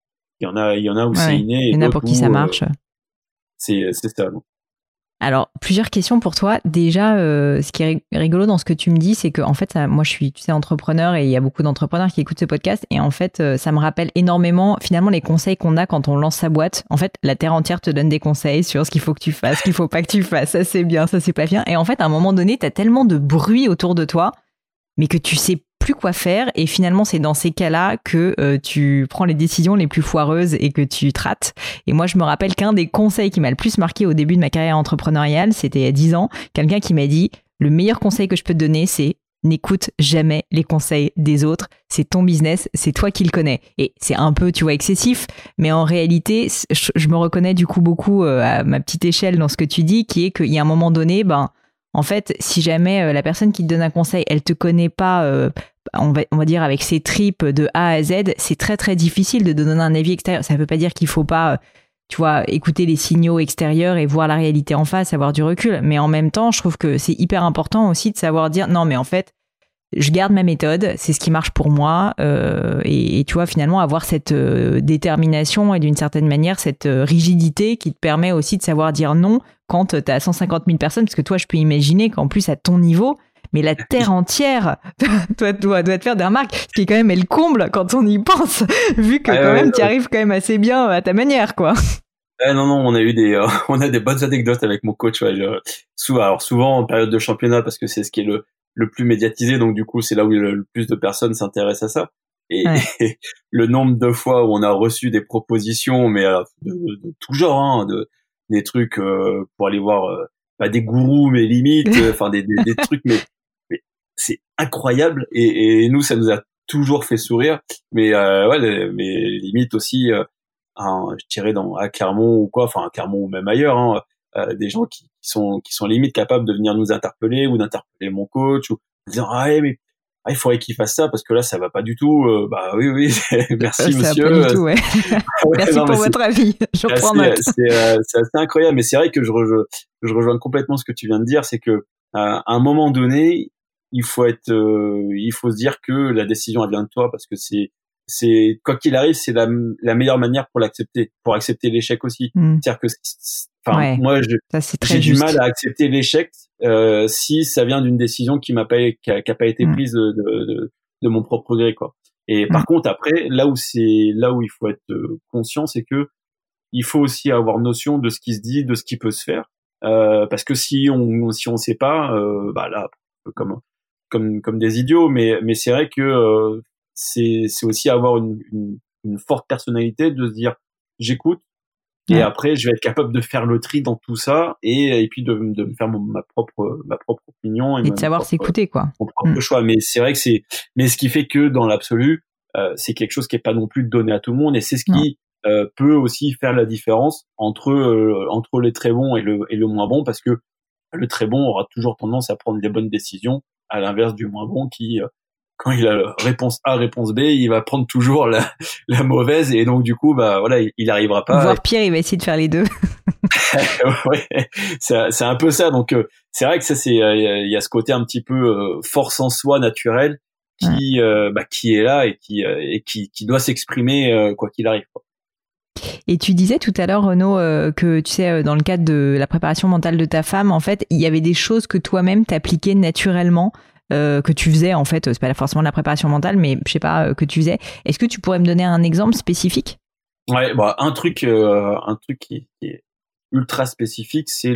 Il y en a où c'est inné. Il y en a pour qui ça marche. C'est ça. Donc. Alors, plusieurs questions pour toi. Déjà, ce qui est rigolo dans ce que tu me dis, c'est que en fait, moi, je suis, tu sais, entrepreneur et il y a beaucoup d'entrepreneurs qui écoutent ce podcast. Et en fait, ça me rappelle énormément, finalement, les conseils qu'on a quand on lance sa boîte. En fait, la terre entière te donne des conseils sur ce qu'il faut que tu fasses, ce qu'il faut pas que tu fasses. Ça, c'est bien, ça, c'est pas bien. Et en fait, à un moment donné, t'as tellement de bruit autour de toi, mais que tu sais plus quoi faire. Et finalement, c'est dans ces cas-là que tu prends les décisions les plus foireuses et que tu te rates. Et moi, je me rappelle qu'un des conseils qui m'a le plus marqué au début de ma carrière entrepreneuriale, c'était il y a 10 ans, quelqu'un qui m'a dit « Le meilleur conseil que je peux te donner, c'est n'écoute jamais les conseils des autres. C'est ton business, c'est toi qui le connais. » Et c'est un peu, tu vois, excessif, mais en réalité, je me reconnais du coup beaucoup à ma petite échelle dans ce que tu dis, qui est qu'il y a un moment donné, en fait, si jamais la personne qui te donne un conseil, elle te connaît pas, on va dire avec ses tripes de A à Z, c'est très très difficile de donner un avis extérieur. Ça veut pas dire qu'il faut pas, tu vois, écouter les signaux extérieurs et voir la réalité en face, avoir du recul. Mais en même temps, je trouve que c'est hyper important aussi de savoir dire non, mais en fait, je garde ma méthode, c'est ce qui marche pour moi, et tu vois, finalement avoir cette détermination et d'une certaine manière cette rigidité qui te permet aussi de savoir dire non quand t'as 150 000 personnes, parce que toi, je peux imaginer qu'en plus à ton niveau, mais la terre entière doit te faire des remarques, ce qui est quand même le comble quand on y pense, vu que quand même tu arrives quand même assez bien à ta manière, quoi. Non, on a eu on a des bonnes anecdotes avec mon coach. Ouais, alors souvent en période de championnat parce que c'est ce qui est le plus médiatisé, donc du coup c'est là où le plus de personnes s'intéressent à ça. Et le nombre de fois où on a reçu des propositions, mais de tout genre, hein, des trucs pour aller voir pas des gourous, mais limite, enfin des trucs, mais c'est incroyable. Et nous, ça nous a toujours fait sourire. Mais mais limite aussi, je dirais à Clermont ou quoi, enfin à Clermont ou même ailleurs, hein, des gens qui sont limite capables de venir nous interpeller ou d'interpeller mon coach ou de dire mais il faudrait qu'il fasse ça parce que là ça va pas du tout. Bah oui merci ça monsieur. Va pas du tout, ouais. Merci pour votre avis. Je reprends note. C'est assez incroyable, mais c'est vrai que je rejoins complètement ce que tu viens de dire, c'est que à un moment donné il faut se dire que la décision elle vient de toi parce que c'est quoi qu'il arrive, c'est la meilleure manière pour accepter l'échec aussi. C'est-à-dire que moi j'ai du mal à accepter l'échec si ça vient d'une décision qui a pas été prise de mon propre gré, quoi. Et par contre après là où il faut être conscient, c'est que il faut aussi avoir notion de ce qui se dit, de ce qui peut se faire, parce que si on sait pas, là comme des idiots, mais c'est vrai que c'est aussi avoir une forte personnalité, de se dire j'écoute et après je vais être capable de faire le tri dans tout ça et puis de me faire ma propre opinion et de savoir s'écouter, quoi. Mon propre choix. Mais c'est vrai que mais ce qui fait que dans l'absolu c'est quelque chose qui est pas non plus donné à tout le monde, et c'est ce qui peut aussi faire la différence entre les très bons et le moins bon, parce que le très bon aura toujours tendance à prendre des bonnes décisions, à l'inverse du moins bon qui, quand il a réponse A, réponse B, il va prendre toujours la mauvaise, et donc du coup, il arrivera pas. Voire pire, il va essayer de faire les deux. Ouais, c'est un peu ça. Donc c'est vrai que ça, il y a ce côté un petit peu force en soi naturelle qui est là et qui doit s'exprimer quoi qu'il arrive, quoi. Et tu disais tout à l'heure, Renaud, que tu sais, dans le cadre de la préparation mentale de ta femme, en fait, il y avait des choses que toi-même t'appliquais naturellement, que tu faisais, en fait, c'est pas forcément de la préparation mentale, mais je sais pas, que tu faisais. Est-ce que tu pourrais me donner un exemple spécifique ? Ouais, un truc qui est ultra spécifique, c'est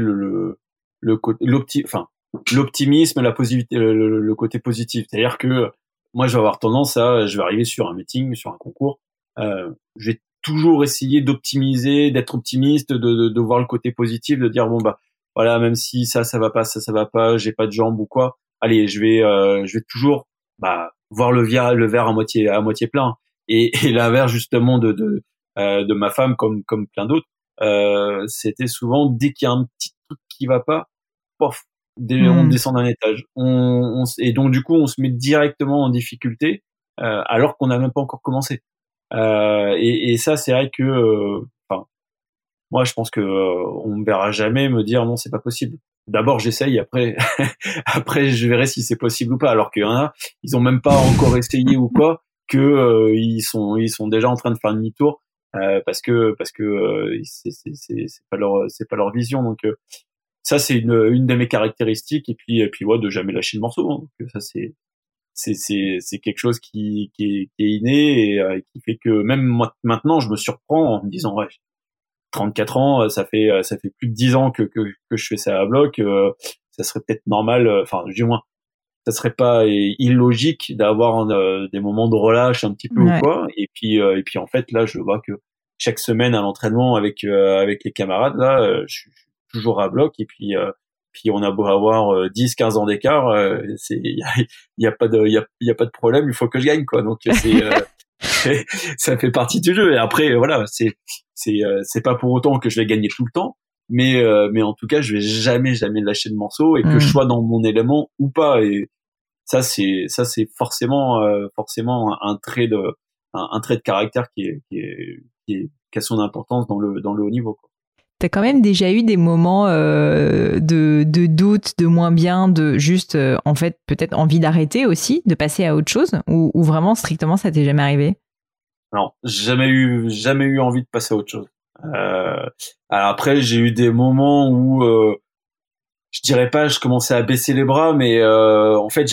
l'optimisme, la positivité, le côté positif. C'est-à-dire que moi, je vais avoir tendance je vais arriver sur un meeting, sur un concours, je vais toujours essayer d'optimiser, d'être optimiste, de voir le côté positif, de dire voilà, même si ça va pas, j'ai pas de jambes ou quoi, allez, je vais toujours voir le verre à moitié plein. Et l'inverse justement de ma femme, comme plein d'autres, c'était souvent dès qu'il y a un petit truc qui va pas, pof, on descend d'un étage. Et donc du coup on se met directement en difficulté alors qu'on n'a même pas encore commencé. Et ça, c'est vrai que moi je pense que on me verra jamais me dire non, c'est pas possible. D'abord j'essaye, après après je verrai si c'est possible ou pas, alors qu'il y en a, ils ont même pas encore essayé ou quoi, que ils sont déjà en train de faire demi-tour parce que c'est pas leur vision. Donc ça c'est une de mes caractéristiques, et puis ouais, de jamais lâcher le morceau, hein. Donc ça c'est quelque chose qui est inné, et qui fait que même moi maintenant je me surprends en me disant ouais, 34 ans, ça fait plus de 10 ans que je fais ça à bloc. Ça serait peut-être normal, enfin du moins ça serait pas illogique d'avoir des moments de relâche un petit peu ou Ouais. quoi. Et puis en fait là je vois que chaque semaine à l'entraînement avec les camarades là, je suis toujours à bloc. Et puis on a beau avoir 10-15 ans d'écart, il y a pas de problème, il faut que je gagne, quoi. Donc ça fait partie du jeu. Et après voilà, c'est pas pour autant que je vais gagner tout le temps, mais en tout cas je vais jamais lâcher le morceau, et que je sois dans mon élément ou pas. Et ça c'est forcément un trait de caractère qui a son importance dans le haut niveau, quoi. T'as quand même déjà eu des moments de doute, de moins bien, de juste, en fait, peut-être envie d'arrêter aussi, de passer à autre chose, ou vraiment, strictement, ça t'est jamais arrivé? Non, jamais eu envie de passer à autre chose. Alors après, j'ai eu des moments où je dirais pas, je commençais à baisser les bras, mais en fait,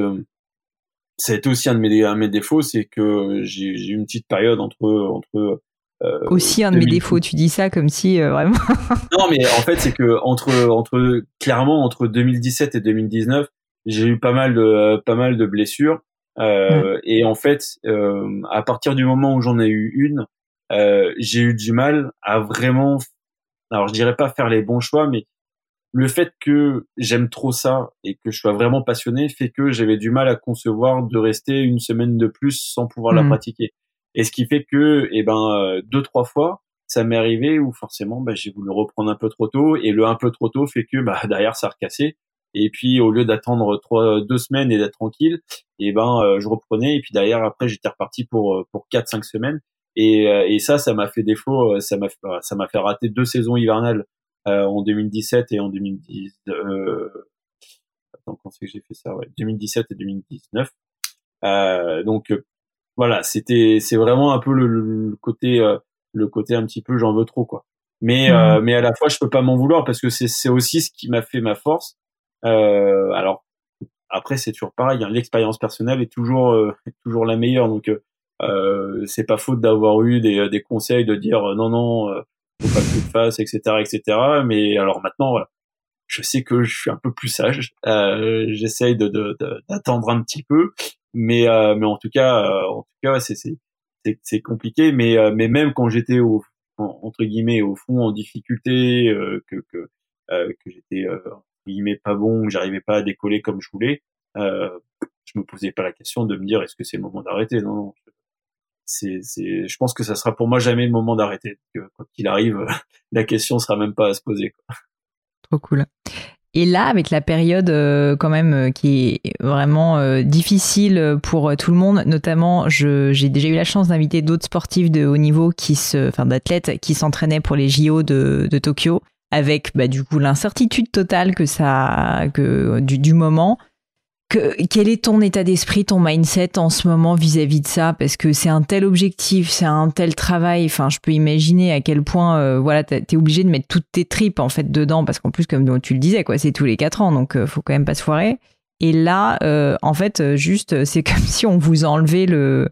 ça a été aussi un de mes défauts, c'est que j'ai eu une petite période entre Aussi un de mes défauts, tu dis ça comme si vraiment. Non, mais en fait, c'est que clairement entre 2017 et 2019, j'ai eu pas mal de blessures. Et en fait, à partir du moment où j'en ai eu une, j'ai eu du mal à vraiment, alors je dirais pas faire les bons choix, mais le fait que j'aime trop ça et que je sois vraiment passionné fait que j'avais du mal à concevoir de rester une semaine de plus sans pouvoir la pratiquer. Et ce qui fait que, 2-3 fois, ça m'est arrivé où forcément, j'ai voulu reprendre un peu trop tôt, et le un peu trop tôt fait que, derrière, ça a recassé. Et puis, au lieu d'attendre 2 semaines et d'être tranquille, je reprenais, et puis derrière, après, j'étais reparti pour 4-5 semaines. Et ça m'a fait défaut, ça m'a fait rater 2 saisons hivernales, en 2017 et en 2010, attends, quand c'est que j'ai fait ça? Ouais, 2017 et 2019. Donc, voilà, c'est vraiment un peu le côté un petit peu j'en veux trop, quoi. Mais à la fois je peux pas m'en vouloir, parce que c'est aussi ce qui m'a fait ma force. Alors après c'est toujours pareil, hein, l'expérience personnelle est toujours la meilleure. Donc c'est pas faute d'avoir eu des conseils de dire non non, faut pas que tu le fasses, etc., etc. Mais alors maintenant, voilà, je sais que je suis un peu plus sage. J'essaye d'attendre un petit peu, mais en tout cas, ouais, c'est compliqué. Mais même quand j'étais entre guillemets au fond en difficulté, que j'étais entre guillemets pas bon, que j'arrivais pas à décoller comme je voulais, euh, je me posais pas la question de me dire est-ce que c'est le moment d'arrêter. Non, non. Je pense que ça sera pour moi jamais le moment d'arrêter. Que, quoi qu'il arrive, la question sera même pas à se poser, quoi. Trop cool. Et là, avec la période quand même qui est vraiment difficile pour tout le monde, notamment j'ai déjà eu la chance d'inviter d'autres sportifs de haut niveau d'athlètes qui s'entraînaient pour les JO de Tokyo, avec du coup l'incertitude totale du moment. Quel est ton état d'esprit, ton mindset en ce moment vis-à-vis de ça? Parce que c'est un tel objectif, c'est un tel travail. Enfin, je peux imaginer à quel point, t'es obligé de mettre toutes tes tripes en fait dedans, parce qu'en plus, comme tu le disais, quoi, c'est tous les 4 ans, donc faut quand même pas se foirer. Et là, en fait, juste, c'est comme si on vous enlevait le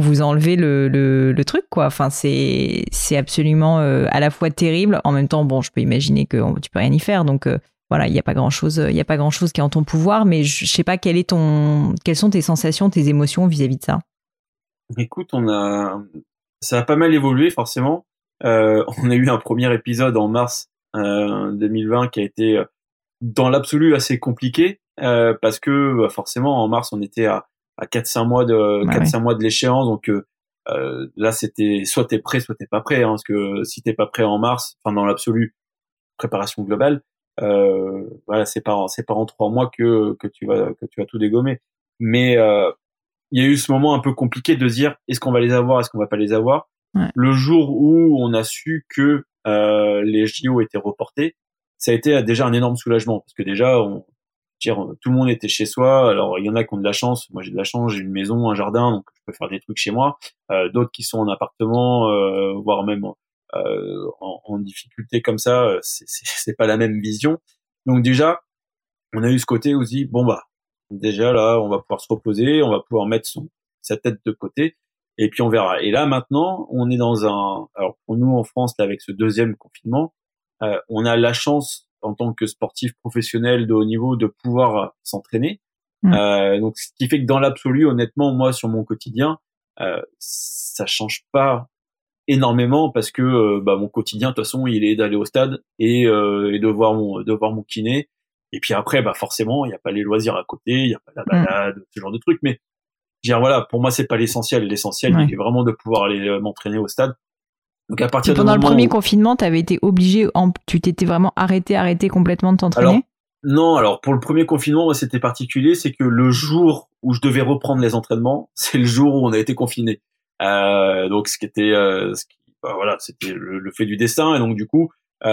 truc, quoi. Enfin, c'est absolument à la fois terrible. En même temps, bon, je peux imaginer que tu peux rien y faire, donc. Voilà, il y a pas grand chose qui est en ton pouvoir, mais je sais pas quelles sont tes sensations, tes émotions vis-à-vis de ça. Écoute, ça a pas mal évolué, forcément. On a eu un premier épisode en mars 2020 qui a été dans l'absolu assez compliqué, parce que forcément en mars on était à 4-5 mois de 4-5 mois de l'échéance. Donc là c'était soit t'es prêt, soit t'es pas prêt, hein, parce que si t'es pas prêt en mars, enfin dans l'absolu, préparation globale, voilà, c'est pas en 3 mois que tu vas tout dégommer. Mais il y a eu ce moment un peu compliqué de se dire est-ce qu'on va les avoir, est-ce qu'on va pas les avoir. Le jour où on a su que les JO étaient reportés, ça a été déjà un énorme soulagement, parce que déjà tout le monde était chez soi. Alors il y en a qui ont de la chance. Moi j'ai de la chance, j'ai une maison, un jardin, donc je peux faire des trucs chez moi. D'autres qui sont en appartement, voire même en difficulté comme ça, c'est pas la même vision. Donc déjà, on a eu ce côté aussi, bon bah déjà là, on va pouvoir se reposer, on va pouvoir mettre sa tête de côté, et puis on verra. Et là maintenant, on est alors pour nous en France, là, avec ce deuxième confinement, on a la chance en tant que sportif professionnel de haut niveau de pouvoir s'entraîner. Donc ce qui fait que dans l'absolu, honnêtement, moi sur mon quotidien, ça change pas énormément parce que mon quotidien de toute façon il est d'aller au stade et de voir mon kiné. Et puis après, forcément, il n'y a pas les loisirs à côté, il n'y a pas la balade, ce genre de trucs. Mais je veux dire, voilà, pour moi, c'est pas l'essentiel. L'essentiel, il est vraiment de pouvoir aller m'entraîner au stade. Donc à partir pendant le premier confinement, t'avais été obligé, tu t'étais vraiment arrêté complètement de t'entraîner? Alors pour le premier confinement, moi, c'était particulier, c'est que le jour où je devais reprendre les entraînements, c'est le jour où on a été confiné. Donc ce qui était, c'était le fait du destin. Et donc du coup,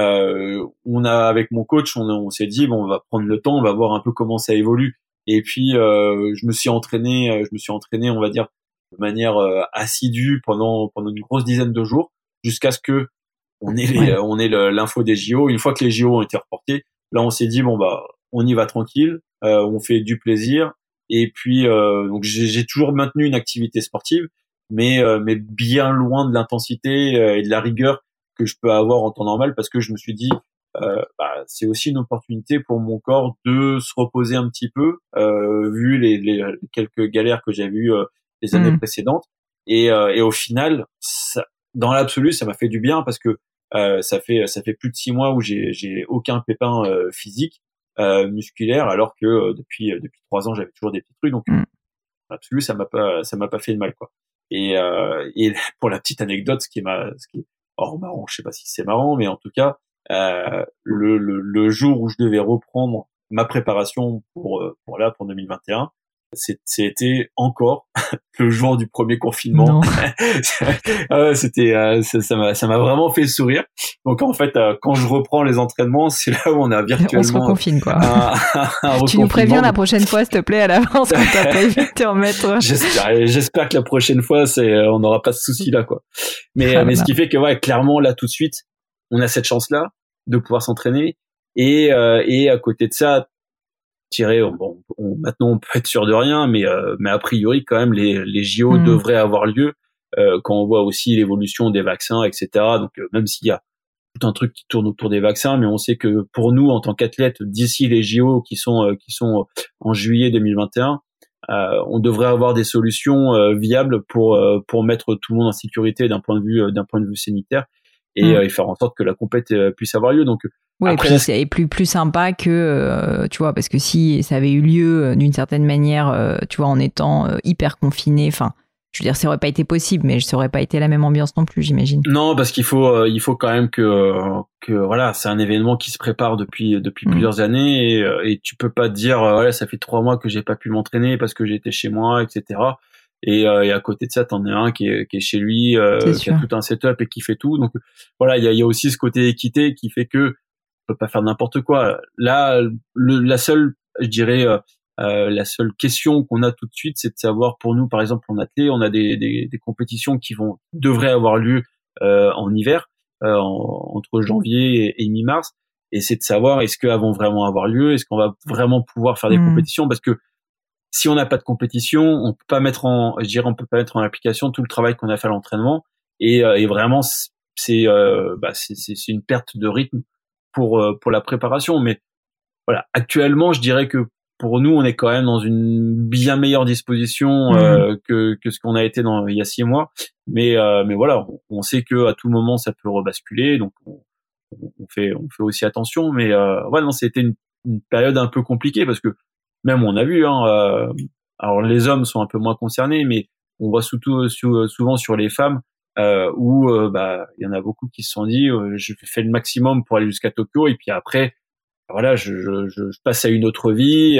on a avec mon coach, on s'est dit bon, on va prendre le temps, on va voir un peu comment ça évolue. Et puis je me suis entraîné, on va dire de manière assidue pendant une grosse dizaine de jours jusqu'à ce que on ait l'info des JO. Une fois que les JO ont été reportés, là on s'est dit bon on y va tranquille, on fait du plaisir. Et puis donc j'ai toujours maintenu une activité sportive, mais bien loin de l'intensité et de la rigueur que je peux avoir en temps normal, parce que je me suis dit c'est aussi une opportunité pour mon corps de se reposer un petit peu, vu les quelques galères que j'avais eues les années précédentes. Et au final, dans l'absolu, ça m'a fait du bien, parce que ça fait plus de 6 mois où j'ai aucun pépin physique, musculaire, alors que depuis 3 ans, j'avais toujours des petits trucs. Donc dans l'absolu, ça m'a pas fait de mal, quoi. Et pour la petite anecdote, ce qui est marrant, je sais pas si c'est marrant, mais en tout cas, le jour où je devais reprendre ma préparation pour 2021, c'était encore le jour du premier confinement. C'était ça m'a vraiment fait sourire. Donc en fait, quand je reprends les entraînements, c'est là où on a virtuellement on se reconfine, quoi. Tu nous préviens la prochaine fois, s'il te plaît, à l'avance, quand t'as prévu de te remettre. J'espère que la prochaine fois, on n'aura pas ce souci là, quoi. Mais ce qui fait que clairement là tout de suite, on a cette chance là de pouvoir s'entraîner, et à côté de ça, maintenant on peut être sûr de rien, mais a priori quand même les JO devraient avoir lieu, quand on voit aussi l'évolution des vaccins, etc. Donc même s'il y a tout un truc qui tourne autour des vaccins, mais on sait que pour nous en tant qu'athlètes, d'ici les JO qui sont en juillet 2021, on devrait avoir des solutions viables pour mettre tout le monde en sécurité d'un point de vue sanitaire, et faire en sorte que la compète puisse avoir lieu. Donc ouais, après, et puis c'est plus sympa que tu vois, parce que si ça avait eu lieu d'une certaine manière, tu vois, en étant hyper confiné, enfin, je veux dire, ça aurait pas été possible, mais ça aurait pas été la même ambiance non plus, j'imagine. Non, parce qu'il faut quand même que voilà, c'est un événement qui se prépare depuis plusieurs années, et tu peux pas te dire ça fait 3 mois que j'ai pas pu m'entraîner parce que j'étais chez moi, etc. Et à côté de ça, t'en as un qui est chez lui, qui a tout un setup et qui fait tout. Donc voilà, il y a aussi ce côté équité qui fait que on peut pas faire n'importe quoi. Là, la seule, je dirais, la seule question qu'on a tout de suite, c'est de savoir, pour nous, par exemple, en athlée, on a des compétitions qui devraient avoir lieu en hiver, entre janvier et mi-mars, et c'est de savoir est-ce qu'elles vont vraiment avoir lieu, est-ce qu'on va vraiment pouvoir faire des compétitions, parce que si on n'a pas de compétition, on peut pas mettre en application tout le travail qu'on a fait à l'entraînement, et vraiment c'est une perte de rythme pour la préparation. Mais voilà, actuellement, je dirais que pour nous, on est quand même dans une bien meilleure disposition que ce qu'on a été il y a 6 mois. Mais voilà, on sait que à tout moment ça peut rebasculer, donc on fait aussi attention. Mais non, c'était une période un peu compliquée, parce que même on a vu, alors les hommes sont un peu moins concernés, mais on voit surtout souvent sur les femmes, où il y en a beaucoup qui se sont dit je fais le maximum pour aller jusqu'à Tokyo, et puis après voilà, je passe à une autre vie,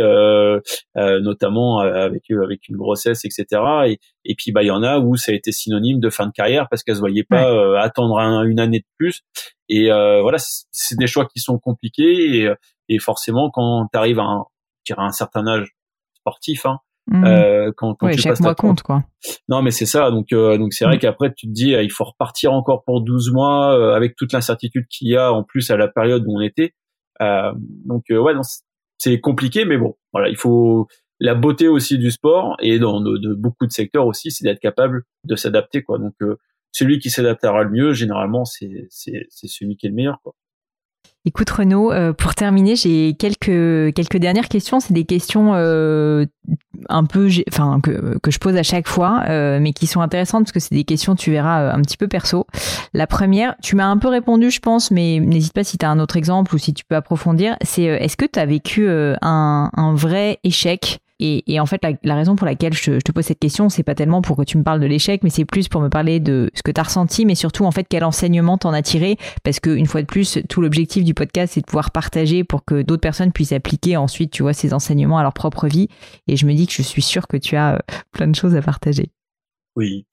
notamment avec une grossesse, etc. Et puis il y en a où ça a été synonyme de fin de carrière, parce qu'elles se voyaient pas attendre une année de plus. Et voilà, c'est des choix qui sont compliqués, et forcément quand t'arrives à je dirais un certain âge sportif, hein. Quand ouais, tu chaque passes mois compte, quoi. Non, mais c'est ça. Donc c'est vrai qu'après, tu te dis, il faut repartir encore pour 12 mois avec toute l'incertitude qu'il y a en plus à la période où on était. Ouais, non, c'est compliqué, mais bon, voilà, il faut la beauté aussi du sport et de beaucoup de secteurs aussi, c'est d'être capable de s'adapter, quoi. Donc celui qui s'adaptera le mieux, généralement, c'est celui qui est le meilleur, quoi. Écoute Renaud, pour terminer, j'ai quelques dernières questions. C'est des questions un peu, enfin que je pose à chaque fois, mais qui sont intéressantes parce que c'est des questions, tu verras, un petit peu perso. La première, tu m'as un peu répondu, je pense, mais n'hésite pas si tu as un autre exemple ou si tu peux approfondir. C'est est-ce que tu as vécu un vrai échec? Et en fait, la raison pour laquelle je te pose cette question, c'est pas tellement pour que tu me parles de l'échec, mais c'est plus pour me parler de ce que tu as ressenti, mais surtout, en fait, quel enseignement t'en as tiré. Parce que, une fois de plus, tout l'objectif du podcast, c'est de pouvoir partager pour que d'autres personnes puissent appliquer ensuite, tu vois, ces enseignements à leur propre vie. Et je me dis que je suis sûre que tu as plein de choses à partager. Oui.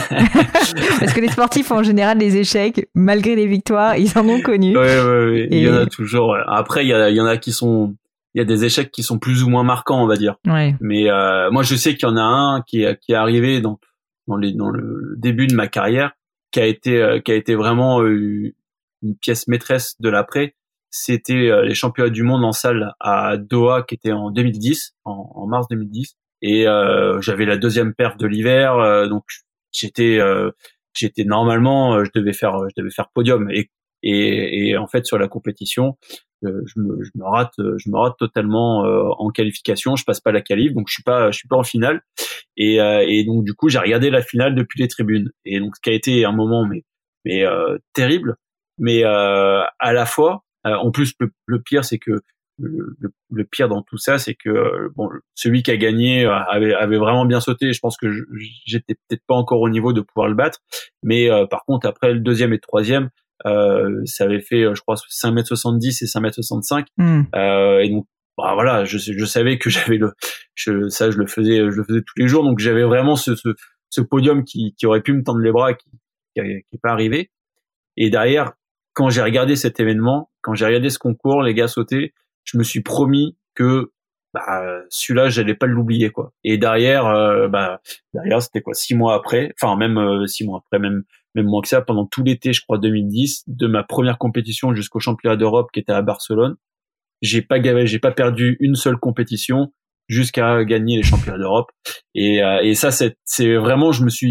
Parce que les sportifs, en général, les échecs, malgré les victoires, ils en ont connu. Ouais. Il y en a toujours. Après, il y en a il y a des échecs qui sont plus ou moins marquants, on va dire. Ouais. Mais moi, je sais qu'il y en a un qui est arrivé dans le début de ma carrière, qui a été vraiment une pièce maîtresse de l'après. C'était les championnats du monde en salle à Doha, qui était en 2010, en mars 2010. Et j'avais la deuxième perf de l'hiver, donc j'étais normalement, je devais faire podium. Et en fait, sur la compétition, je me rate totalement en qualification. Je passe pas la qualif, donc je suis pas en finale. Et donc du coup, j'ai regardé la finale depuis les tribunes. Et donc ce qui a été un moment mais terrible, mais à la fois, en plus le pire, c'est que le pire dans tout ça, c'est que bon, celui qui a gagné avait vraiment bien sauté. Je pense que j'étais peut-être pas encore au niveau de pouvoir le battre, mais par contre après le deuxième et le troisième, ça avait fait, je crois, 5m70 et 5m65. Et donc, bah, voilà, je savais que j'avais je le faisais tous les jours. Donc, j'avais vraiment ce podium qui aurait pu me tendre les bras, qui est pas arrivé. Et derrière, quand j'ai regardé cet événement, quand j'ai regardé ce concours, les gars sautaient, je me suis promis que, celui-là, j'allais pas l'oublier, quoi. Et derrière, derrière, c'était quoi, 6 mois après, enfin, même 6 mois après, même moins que ça, pendant tout l'été, je crois, 2010, de ma première compétition jusqu'au championnat d'Europe qui était à Barcelone, j'ai pas perdu une seule compétition jusqu'à gagner les championnats d'Europe. Et ça, c'est vraiment,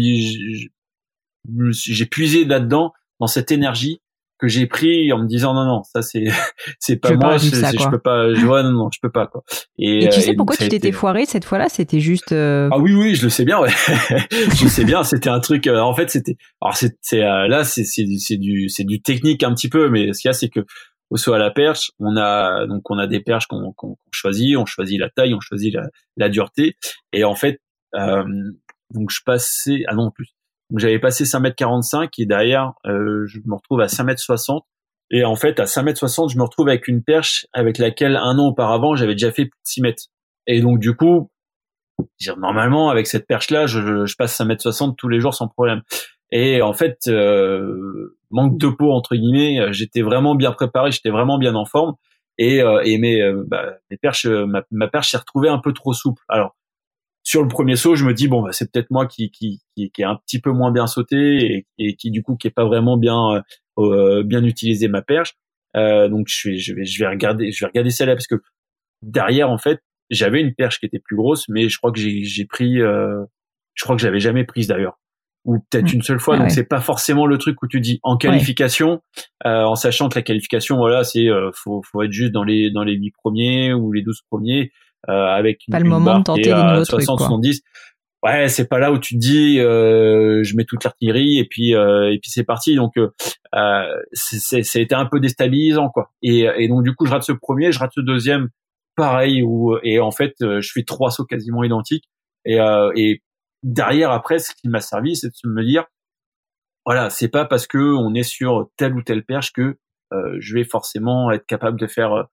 j'ai puisé là-dedans, dans cette énergie que j'ai pris en me disant non, ça c'est pas moi, je peux pas, non, je peux pas, quoi. Et tu sais pourquoi tu t'étais foiré cette fois-là? C'était juste Ah oui, je le sais bien, ouais. Je sais bien, c'était un truc, en fait, là, c'est du technique un petit peu, mais ce qu'il y a, c'est que au saut à la perche, on a des perches qu'on choisit, on choisit la taille, on choisit la dureté, et en fait, donc je passais, ah non, en plus, donc j'avais passé 5m45 et derrière, je me retrouve à 5m60. Et en fait, à 5m60, je me retrouve avec une perche avec laquelle un an auparavant, j'avais déjà fait plus de 6 mètres. Et donc, du coup, normalement, avec cette perche-là, je passe 5m60 tous les jours sans problème. Et en fait, manque de peau, entre guillemets, j'étais vraiment bien préparé, j'étais vraiment bien en forme. Et mes perches, ma perche s'est retrouvée un peu trop souple. Alors, sur le premier saut, je me dis bon, c'est peut-être moi qui est un petit peu moins bien sauté et qui du coup qui est pas vraiment bien utilisé ma perche. Donc je vais regarder celle-là parce que derrière en fait j'avais une perche qui était plus grosse, mais je crois que j'ai pris, je crois que j'avais jamais prise d'ailleurs, ou peut-être une seule fois. Donc c'est pas forcément le truc où tu dis en qualification, en sachant que la qualification, voilà, c'est faut être juste dans les 8 premiers ou les 12 premiers. Avec une barre qui est à 60-70. Ouais, c'est pas là où tu te dis je mets toute l'artillerie et puis c'est parti. Donc ça a été un peu déstabilisant, quoi. Et donc du coup je rate ce premier, je rate ce deuxième, pareil, et en fait je fais 3 sauts quasiment identiques. Et derrière après, ce qui m'a servi, c'est de me dire voilà, c'est pas parce que on est sur telle ou telle perche que je vais forcément être capable de faire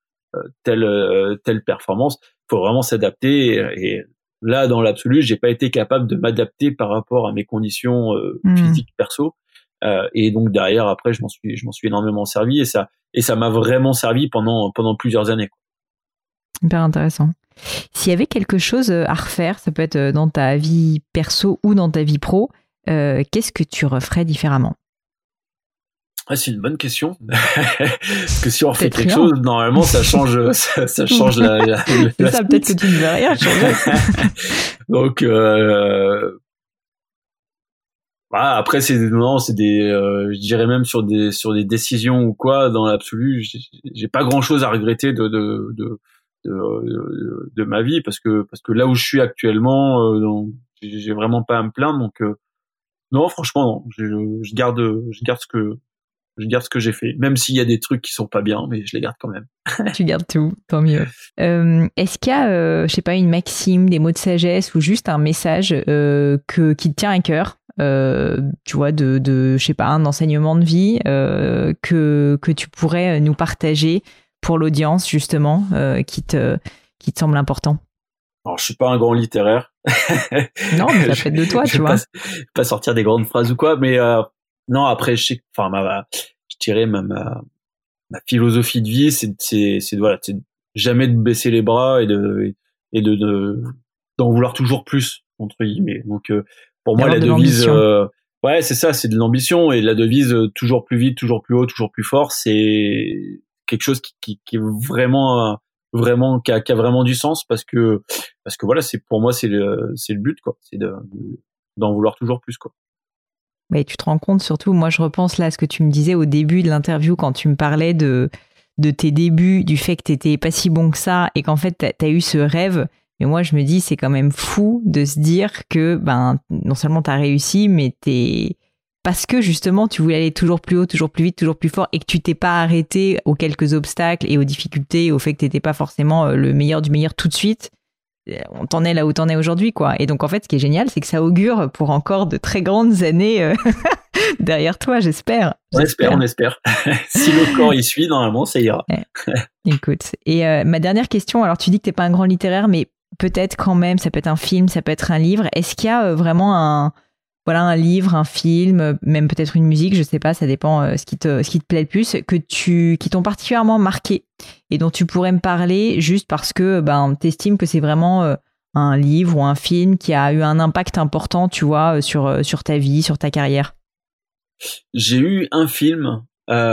telle performance. Faut vraiment s'adapter, et là dans l'absolu j'ai pas été capable de m'adapter par rapport à mes conditions physiques perso, et donc derrière après je m'en suis énormément servi, et ça m'a vraiment servi pendant plusieurs années, quoi. Hyper intéressant. S'il y avait quelque chose à refaire, ça peut être dans ta vie perso ou dans ta vie pro, qu'est-ce que tu referais différemment? C'est une bonne question. Parce que si on refait quelque chose, normalement, ça change la c'est ça, peut-être que tu ne veux rien changer. Donc, après, je dirais même sur des décisions ou quoi, dans l'absolu, j'ai pas grand chose à regretter de ma vie parce que là où je suis actuellement, j'ai vraiment pas à me plaindre. Donc, non, franchement, non. Je garde ce que j'ai fait, même s'il y a des trucs qui sont pas bien, mais je les garde quand même. Tu gardes tout, tant mieux. Est-ce qu'il y a, je sais pas, une maxime, des mots de sagesse ou juste un message qui te tient à cœur, tu vois, je sais pas, un enseignement de vie que tu pourrais nous partager pour l'audience justement, qui te semble important? Alors, je suis pas un grand littéraire. Non, mais ça fait de toi, tu vois. Pas sortir des grandes phrases ou quoi, mais non, après, je dirais ma philosophie de vie, c'est voilà, c'est jamais de baisser les bras et d'en vouloir toujours plus, entre guillemets. Donc, pour moi, la devise, ouais, c'est ça, c'est de l'ambition, et la devise, toujours plus vite, toujours plus haut, toujours plus fort, c'est quelque chose qui est vraiment, qui a vraiment du sens, parce que voilà, pour moi, c'est le but, quoi. C'est d'en vouloir toujours plus, quoi. Mais tu te rends compte, surtout, moi je repense là à ce que tu me disais au début de l'interview quand tu me parlais de tes débuts, du fait que t'étais pas si bon que ça et qu'en fait t'as eu ce rêve. Mais moi je me dis, c'est quand même fou de se dire que non seulement t'as réussi, mais parce que justement tu voulais aller toujours plus haut, toujours plus vite, toujours plus fort, et que tu t'es pas arrêté aux quelques obstacles et aux difficultés, au fait que t'étais pas forcément le meilleur du meilleur tout de suite. On t'en est là où t'en es aujourd'hui, quoi. Et donc, en fait, ce qui est génial, c'est que ça augure pour encore de très grandes années derrière toi, j'espère. On espère. Si le corps y suit, normalement, ça ira. Écoute. Et ma dernière question, alors tu dis que t'es pas un grand littéraire, mais peut-être quand même, ça peut être un film, ça peut être un livre. Est-ce qu'il y a vraiment un livre, un film, même peut-être une musique, je sais pas, ça dépend ce qui te plaît le plus, qui t'ont particulièrement marqué et dont tu pourrais me parler juste parce que t'estimes que c'est vraiment un livre ou un film qui a eu un impact important, tu vois, sur ta vie, sur ta carrière? J'ai eu un film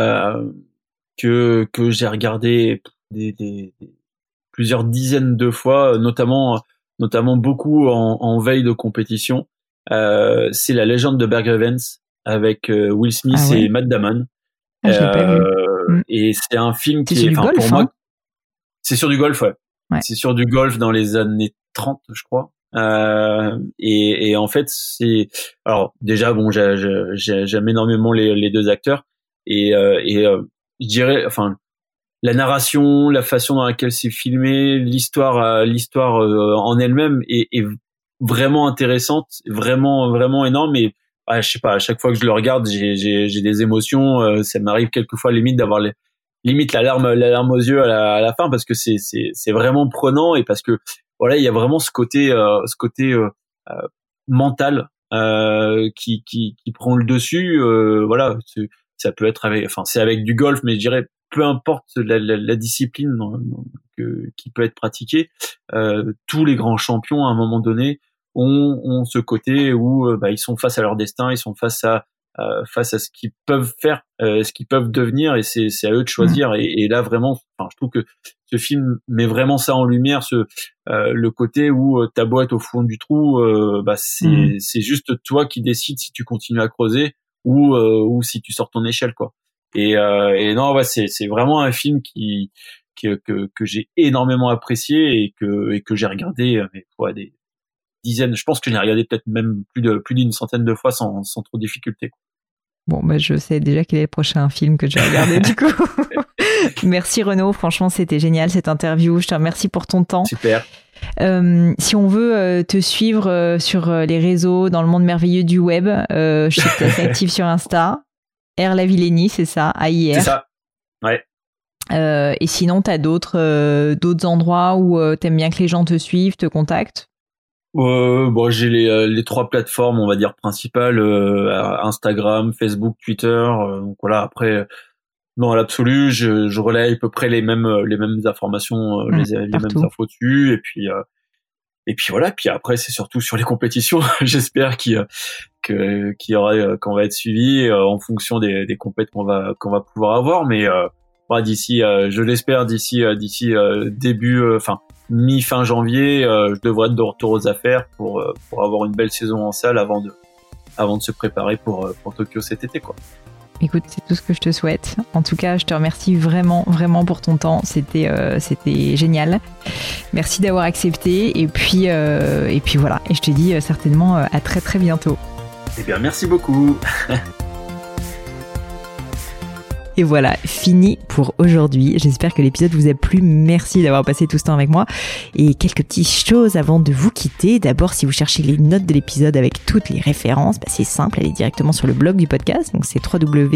que j'ai regardé plusieurs dizaines de fois, notamment beaucoup en veille de compétition. C'est La Légende de Berg Evans avec Will Smith et Matt Damon. Je l'ai pas vu. Et c'est un film qui est, pour moi, c'est sur du golf, ouais. C'est sur du golf dans les années 30, je crois. Et en fait, alors déjà, bon, j'aime énormément les deux acteurs, et je dirais, enfin, la narration, la façon dans laquelle c'est filmé, l'histoire en elle-même est vraiment intéressante, vraiment énorme. Et je sais pas, à chaque fois que je le regarde, j'ai des émotions. Ça m'arrive quelquefois limite d'avoir limite la larme aux yeux à la fin, parce que c'est vraiment prenant, et parce que voilà, il y a vraiment ce côté mental qui prend le dessus. Voilà, ça peut être c'est avec du golf, mais je dirais peu importe la discipline qui peut être pratiquée, tous les grands champions à un moment donné ont ce côté où ils sont face à leur destin, ils sont face à ce qu'ils peuvent faire, ce qu'ils peuvent devenir, et c'est à eux de choisir. Et là vraiment, je trouve que ce film met vraiment ça en lumière, le côté où t'as beau être au fond du trou, c'est juste toi qui décides si tu continues à creuser ou si tu sors ton échelle, quoi. Et non, ouais, c'est vraiment un film que j'ai énormément apprécié, et que j'ai regardé des dizaines. Je pense que je l'ai regardé peut-être même plus d'une centaine de fois sans trop de difficulté, quoi. Bon, je sais déjà quel est le prochain film que je vais regarder du coup. Merci Renaud, franchement c'était génial cette interview, je te remercie pour ton temps. Super. Si on veut te suivre sur les réseaux, dans le monde merveilleux du web, je sais que tu es assez actif sur Insta. R Lavillenie, c'est ça, AIR. C'est ça, ouais. Et sinon, tu as d'autres endroits où t'aimes bien que les gens te suivent, te contactent? J'ai les trois plateformes, on va dire, principales, Instagram, Facebook, Twitter. Donc voilà, après, dans l'absolu, je relaye à peu près les mêmes informations, les mêmes infos dessus, et puis voilà. Puis après, c'est surtout sur les compétitions. J'espère qu'on va être suivi en fonction des compétitions qu'on va pouvoir avoir. Mais d'ici, je l'espère, d'ici mi-fin janvier, je devrais être de retour aux affaires pour avoir une belle saison en salle avant de se préparer pour Tokyo cet été, quoi. Écoute, c'est tout ce que je te souhaite. En tout cas, je te remercie vraiment, vraiment pour ton temps. C'était génial. Merci d'avoir accepté. Et puis voilà. Et je te dis certainement à très, très bientôt. Eh bien, merci beaucoup. Et voilà, fini pour aujourd'hui. J'espère que l'épisode vous a plu. Merci d'avoir passé tout ce temps avec moi. Et quelques petites choses avant de vous quitter. D'abord, si vous cherchez les notes de l'épisode avec toutes les références, c'est simple, allez directement sur le blog du podcast. Donc c'est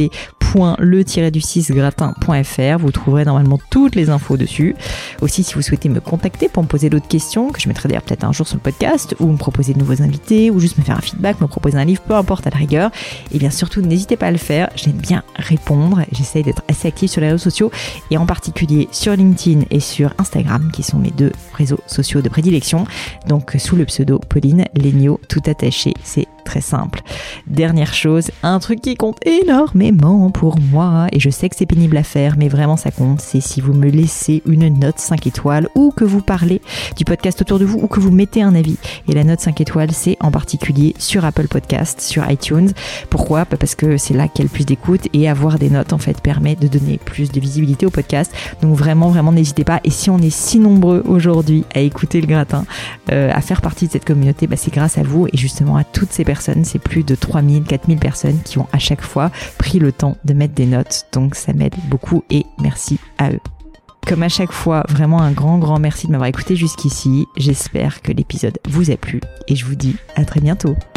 www.le-du6gratin.fr. Vous trouverez normalement toutes les infos dessus. Aussi, si vous souhaitez me contacter pour me poser d'autres questions, que je mettrai d'ailleurs peut-être un jour sur le podcast, ou me proposer de nouveaux invités, ou juste me faire un feedback, me proposer un livre, peu importe à la rigueur, et bien surtout, n'hésitez pas à le faire. J'aime bien répondre. J'essaye d'être assez active sur les réseaux sociaux et en particulier sur LinkedIn et sur Instagram qui sont mes 2 réseaux sociaux de prédilection. Donc sous le pseudo Pauline Léniaud, tout attaché, c'est très simple. Dernière chose, un truc qui compte énormément pour moi, et je sais que c'est pénible à faire, mais vraiment ça compte, c'est si vous me laissez une note 5 étoiles, ou que vous parlez du podcast autour de vous, ou que vous mettez un avis. Et la note 5 étoiles, c'est en particulier sur Apple Podcast, sur iTunes. Pourquoi ? Parce que c'est là qu'il y a le plus d'écoute, et avoir des notes en fait permet de donner plus de visibilité au podcast. Donc vraiment, vraiment n'hésitez pas. Et si on est si nombreux aujourd'hui à écouter le gratin, à faire partie de cette communauté, c'est grâce à vous et justement à toutes ces personnes. C'est plus de 3000, 4000 personnes qui ont à chaque fois pris le temps de mettre des notes. Donc ça m'aide beaucoup et merci à eux. Comme à chaque fois, vraiment un grand, grand merci de m'avoir écouté jusqu'ici. J'espère que l'épisode vous a plu et je vous dis à très bientôt.